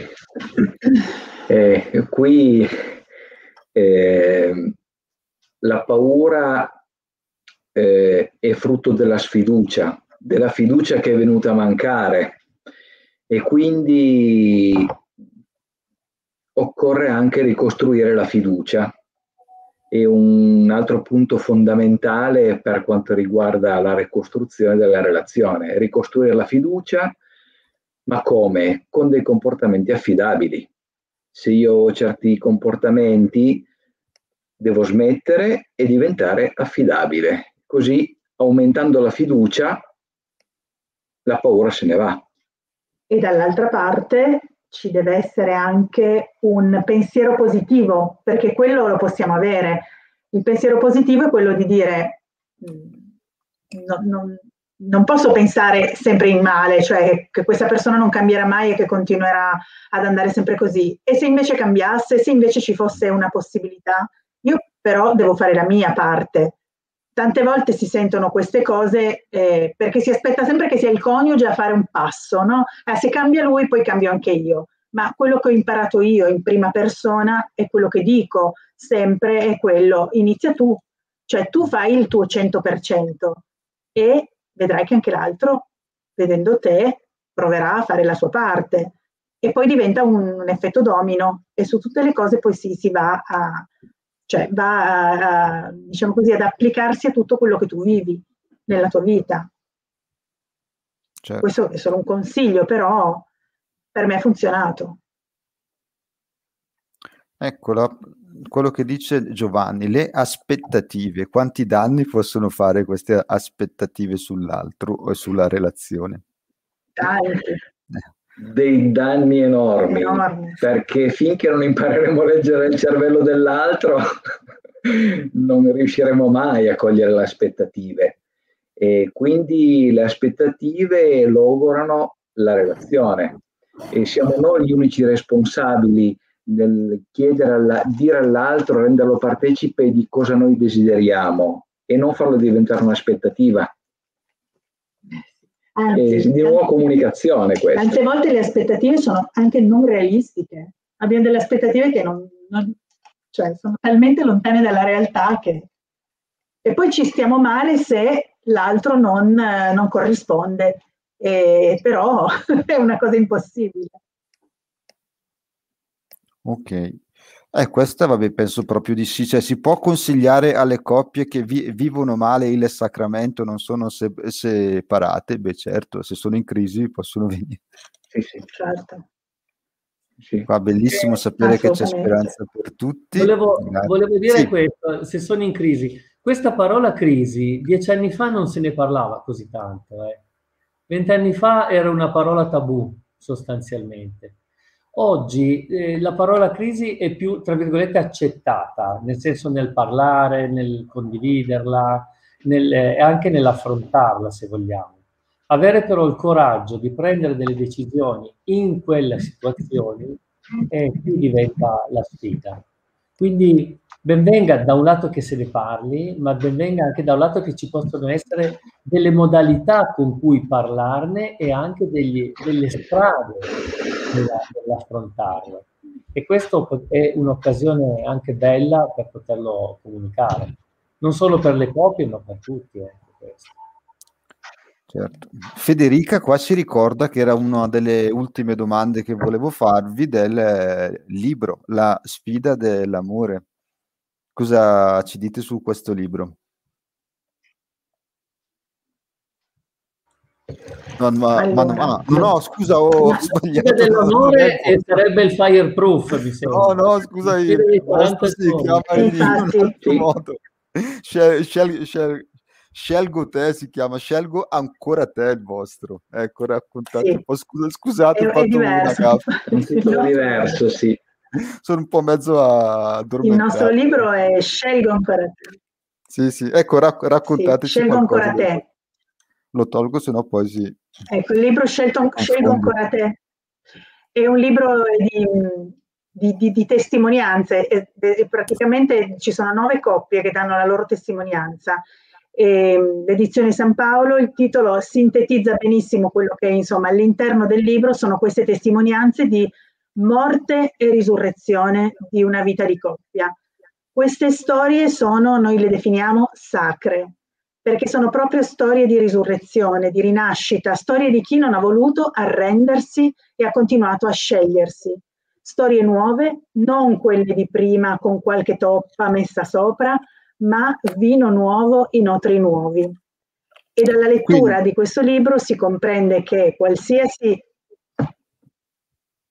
Eh, qui eh, la paura eh, è frutto della sfiducia, della fiducia che è venuta a mancare e quindi occorre anche ricostruire la fiducia. E un altro punto fondamentale per quanto riguarda la ricostruzione della relazione, ricostruire la fiducia, ma come? Con dei comportamenti affidabili. se io ho certi comportamenti devo smettere e diventare affidabile, così aumentando la fiducia la paura se ne va. E dall'altra parte ci deve essere anche un pensiero positivo, perché quello lo possiamo avere. Il pensiero positivo è quello di dire no, non, non posso pensare sempre in male, cioè che questa persona non cambierà mai e che continuerà ad andare sempre così. E se invece cambiasse, se invece ci fosse una possibilità, io però devo fare la mia parte. Tante volte si sentono queste cose eh, perché si aspetta sempre che sia il coniuge a fare un passo, no? Eh, se cambia lui, poi cambio anche io. Ma quello che ho imparato io in prima persona è quello che dico sempre, è quello, inizia tu. Cioè tu fai il tuo cento per cento e vedrai che anche l'altro, vedendo te, proverà a fare la sua parte. E poi diventa un, un effetto domino e su tutte le cose poi si, si va a... cioè va a, a, diciamo così, ad applicarsi a tutto quello che tu vivi nella tua vita. Certo. Questo è solo un consiglio, però per me ha funzionato. Ecco, quello che dice Giovanni, le aspettative, quanti danni possono fare queste aspettative sull'altro o sulla relazione? Tanti. Eh. Dei danni enormi, enormi, perché finché non impareremo a leggere il cervello dell'altro non riusciremo mai a cogliere le aspettative, e quindi le aspettative logorano la relazione e siamo noi gli unici responsabili nel chiedere alla, dire all'altro, renderlo partecipe di cosa noi desideriamo e non farlo diventare un'aspettativa. Anzi, e di nuova comunicazione questa. Tante volte le aspettative sono anche non realistiche. Abbiamo delle aspettative che non, non, cioè sono talmente lontane dalla realtà che... E poi ci stiamo male se l'altro non, non corrisponde, e, però è una cosa impossibile. Ok. Eh, questa, vabbè, penso proprio di sì. Cioè, si può consigliare alle coppie che vi vivono male il sacramento, non sono se separate? Beh, certo, se sono in crisi possono venire. Sì, sì, certo. Sì. Qua bellissimo eh, sapere che c'è speranza per tutti. Volevo, volevo dire sì. questo, se sono in crisi. Questa parola crisi, dieci anni fa non se ne parlava così tanto. Eh. Vent'anni fa era una parola tabù, sostanzialmente. Oggi eh, la parola crisi è più, tra virgolette, accettata, nel senso nel parlare, nel condividerla, nel, e anche nell'affrontarla, se vogliamo. Avere però il coraggio di prendere delle decisioni in quelle situazioni e qui diventa la sfida. Quindi ben venga da un lato che se ne parli, ma ben venga anche da un lato che ci possono essere delle modalità con cui parlarne e anche degli, delle strade nell'affrontarlo. E questo è un'occasione anche bella per poterlo comunicare, non solo per le coppie, ma per tutti. Anche questo. Certo. Federica qua ci ricorda che era una delle ultime domande che volevo farvi del eh, libro, La sfida dell'amore. Cosa ci dite su questo libro? No, ma, allora, ma, ma, no, no, scusa, ho la sbagliato. Dell'amore e sarebbe il fireproof, mi sembra. No, no, scusa, io, questo si chiama in un altro modo. Scel, scel, scel, scelgo te, si chiama Scelgo ancora te il vostro. Ecco, raccontate sì. un po', scusa, scusate, è, ho fatto una gaffa. Un titolo diverso, sì. Sono un po' mezzo addormentato. Il nostro libro è Scelgo ancora te. Sì, sì, ecco, rac raccontateci sì, Scelgo ancora te. Lo, lo tolgo, sennò poi sì. Ecco, il libro Scelto, Scelgo ancora te è un libro di, di, di, di testimonianze. E, e praticamente ci sono nove coppie che danno la loro testimonianza. L'edizione San Paolo, il titolo sintetizza benissimo quello che insomma all'interno del libro sono queste testimonianze di morte e risurrezione di una vita di coppia. Queste storie sono, noi le definiamo sacre, perché sono proprio storie di risurrezione, di rinascita, storie di chi non ha voluto arrendersi e ha continuato a scegliersi. Storie nuove, non quelle di prima con qualche toppa messa sopra, ma vino nuovo in otri nuovi. E dalla lettura Quindi, di questo libro si comprende che qualsiasi...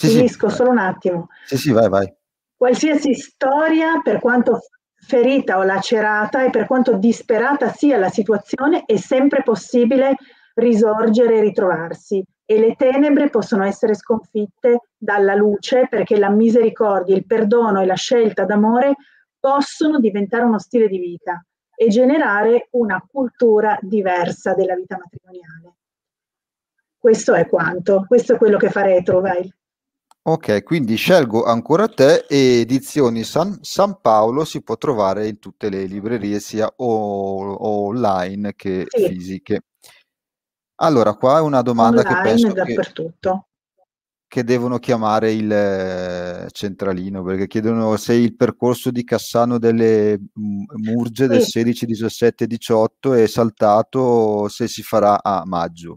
Sì, Finisco sì, solo un attimo. Sì, sì, vai, vai. Qualsiasi storia, per quanto ferita o lacerata e per quanto disperata sia la situazione, è sempre possibile risorgere e ritrovarsi. E le tenebre possono essere sconfitte dalla luce, perché la misericordia, il perdono e la scelta d'amore possono diventare uno stile di vita e generare una cultura diversa della vita matrimoniale. Questo è quanto, questo è quello che fa Retro, vai. Ok, quindi scelgo ancora te e Edizioni San, San Paolo si può trovare in tutte le librerie sia o, o online che Sì. fisiche. Allora, qua è una domanda che Online penso che, dappertutto. che devono chiamare il eh, centralino, perché chiedono se il percorso di Cassano delle mm, Murge del Sì. sedici, diciassette, diciotto è saltato, se si farà a maggio.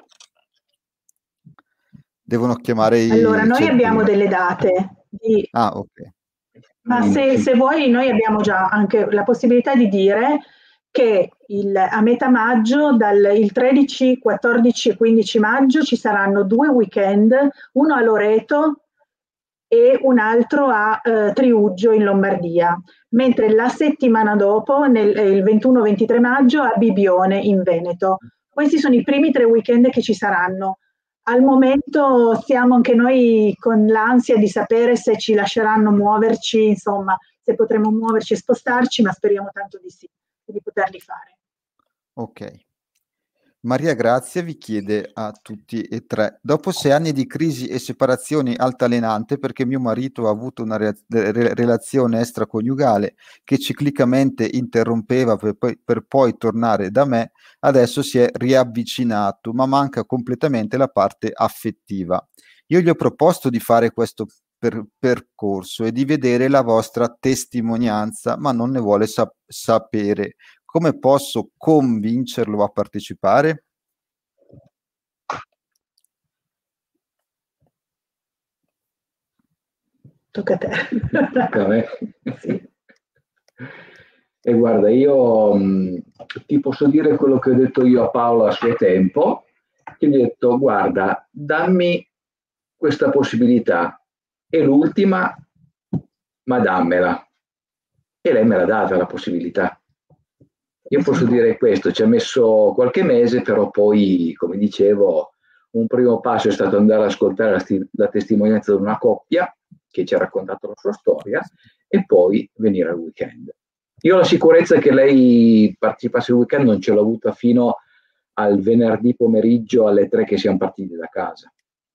Devono chiamare i Allora, noi abbiamo centralini. delle date. Di... Ah, ok. Ma se, se vuoi, noi abbiamo già anche la possibilità di dire che il, a metà maggio, dal il tredici, quattordici e quindici maggio, ci saranno due weekend, uno a Loreto e un altro a eh, Triuggio in Lombardia, mentre la settimana dopo, nel, il ventuno ventitré maggio, a Bibione in Veneto. Questi sono i primi tre weekend che ci saranno. Al momento siamo anche noi con l'ansia di sapere se ci lasceranno muoverci, insomma, se potremo muoverci e spostarci, ma speriamo tanto di sì, di poterli fare. Ok. Maria Grazia vi chiede a tutti e tre: dopo sei anni di crisi e separazioni altalenante perché mio marito ha avuto una re- re- relazione extraconiugale che ciclicamente interrompeva per poi, per poi tornare da me, adesso si è riavvicinato, ma manca completamente la parte affettiva. Io gli ho proposto di fare questo per- percorso e di vedere la vostra testimonianza, ma non ne vuole sap- sapere. Come posso convincerlo a partecipare? Tocca a te. Tocca a me. Sì. E guarda, io mh, ti posso dire quello che ho detto io a Paolo a suo tempo, che gli ho detto: guarda, dammi questa possibilità, è l'ultima, ma dammela. E lei me l'ha data la possibilità. Io posso dire questo, ci ha messo qualche mese, però poi, come dicevo, un primo passo è stato andare ad ascoltare la, sti- la testimonianza di una coppia che ci ha raccontato la sua storia e poi venire al weekend. Io ho la sicurezza che lei partecipasse al weekend non ce l'ho avuta fino al venerdì pomeriggio alle tre che siamo partiti da casa.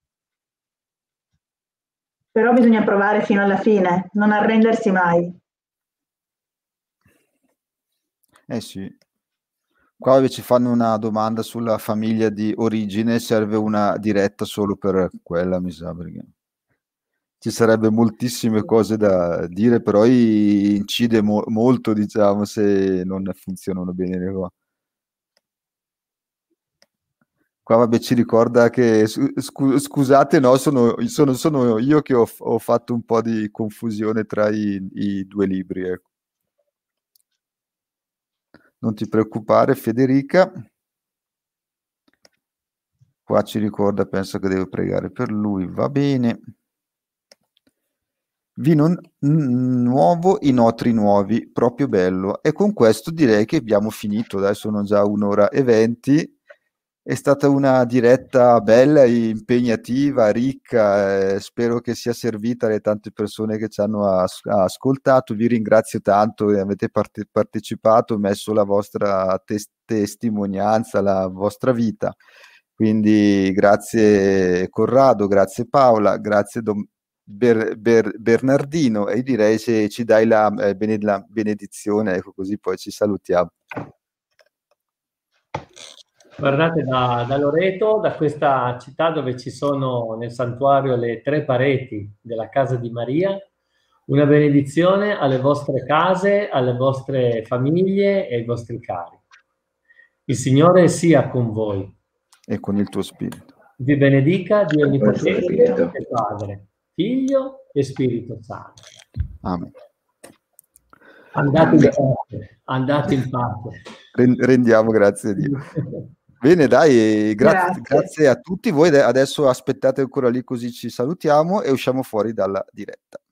Però bisogna provare fino alla fine, non arrendersi mai. Eh sì. Qua ci fanno una domanda sulla famiglia di origine, serve una diretta solo per quella, mi sa, perché ci sarebbe moltissime cose da dire, però incide mo- molto, diciamo, se non funzionano bene le cose. Qua vabbè ci ricorda che, scu- scusate, no, sono, sono, sono io che ho, ho fatto un po' di confusione tra i, i due libri, ecco. Non ti preoccupare, Federica. Qua ci ricorda, penso che devo pregare per lui, va bene. Vino n- nuovo, inoltre nuovi, proprio bello. E con questo direi che abbiamo finito, dai, sono già un'ora e venti. È stata una diretta bella, impegnativa, ricca, eh, spero che sia servita alle tante persone che ci hanno as- ascoltato. Vi ringrazio tanto che avete parte- partecipato, messo la vostra tes- testimonianza, la vostra vita. Quindi grazie Corrado, grazie Paola, grazie Dom- Ber- Ber- Bernardino e direi se ci dai la, eh, bene- la benedizione, ecco, così poi ci salutiamo. Guardate, da, da Loreto, da questa città dove ci sono nel santuario le tre pareti della casa di Maria, una benedizione alle vostre case, alle vostre famiglie e ai vostri cari. Il Signore sia con voi. E con il tuo spirito. Vi benedica Dio Con il tuo Onnipotente spirito. e Padre, Figlio e Spirito Santo. Amen. Andate in pace, andate in pace. Rendiamo grazie a Dio. Bene, dai, grazie, Grazie. grazie a tutti. Voi adesso aspettate ancora lì, così ci salutiamo e usciamo fuori dalla diretta.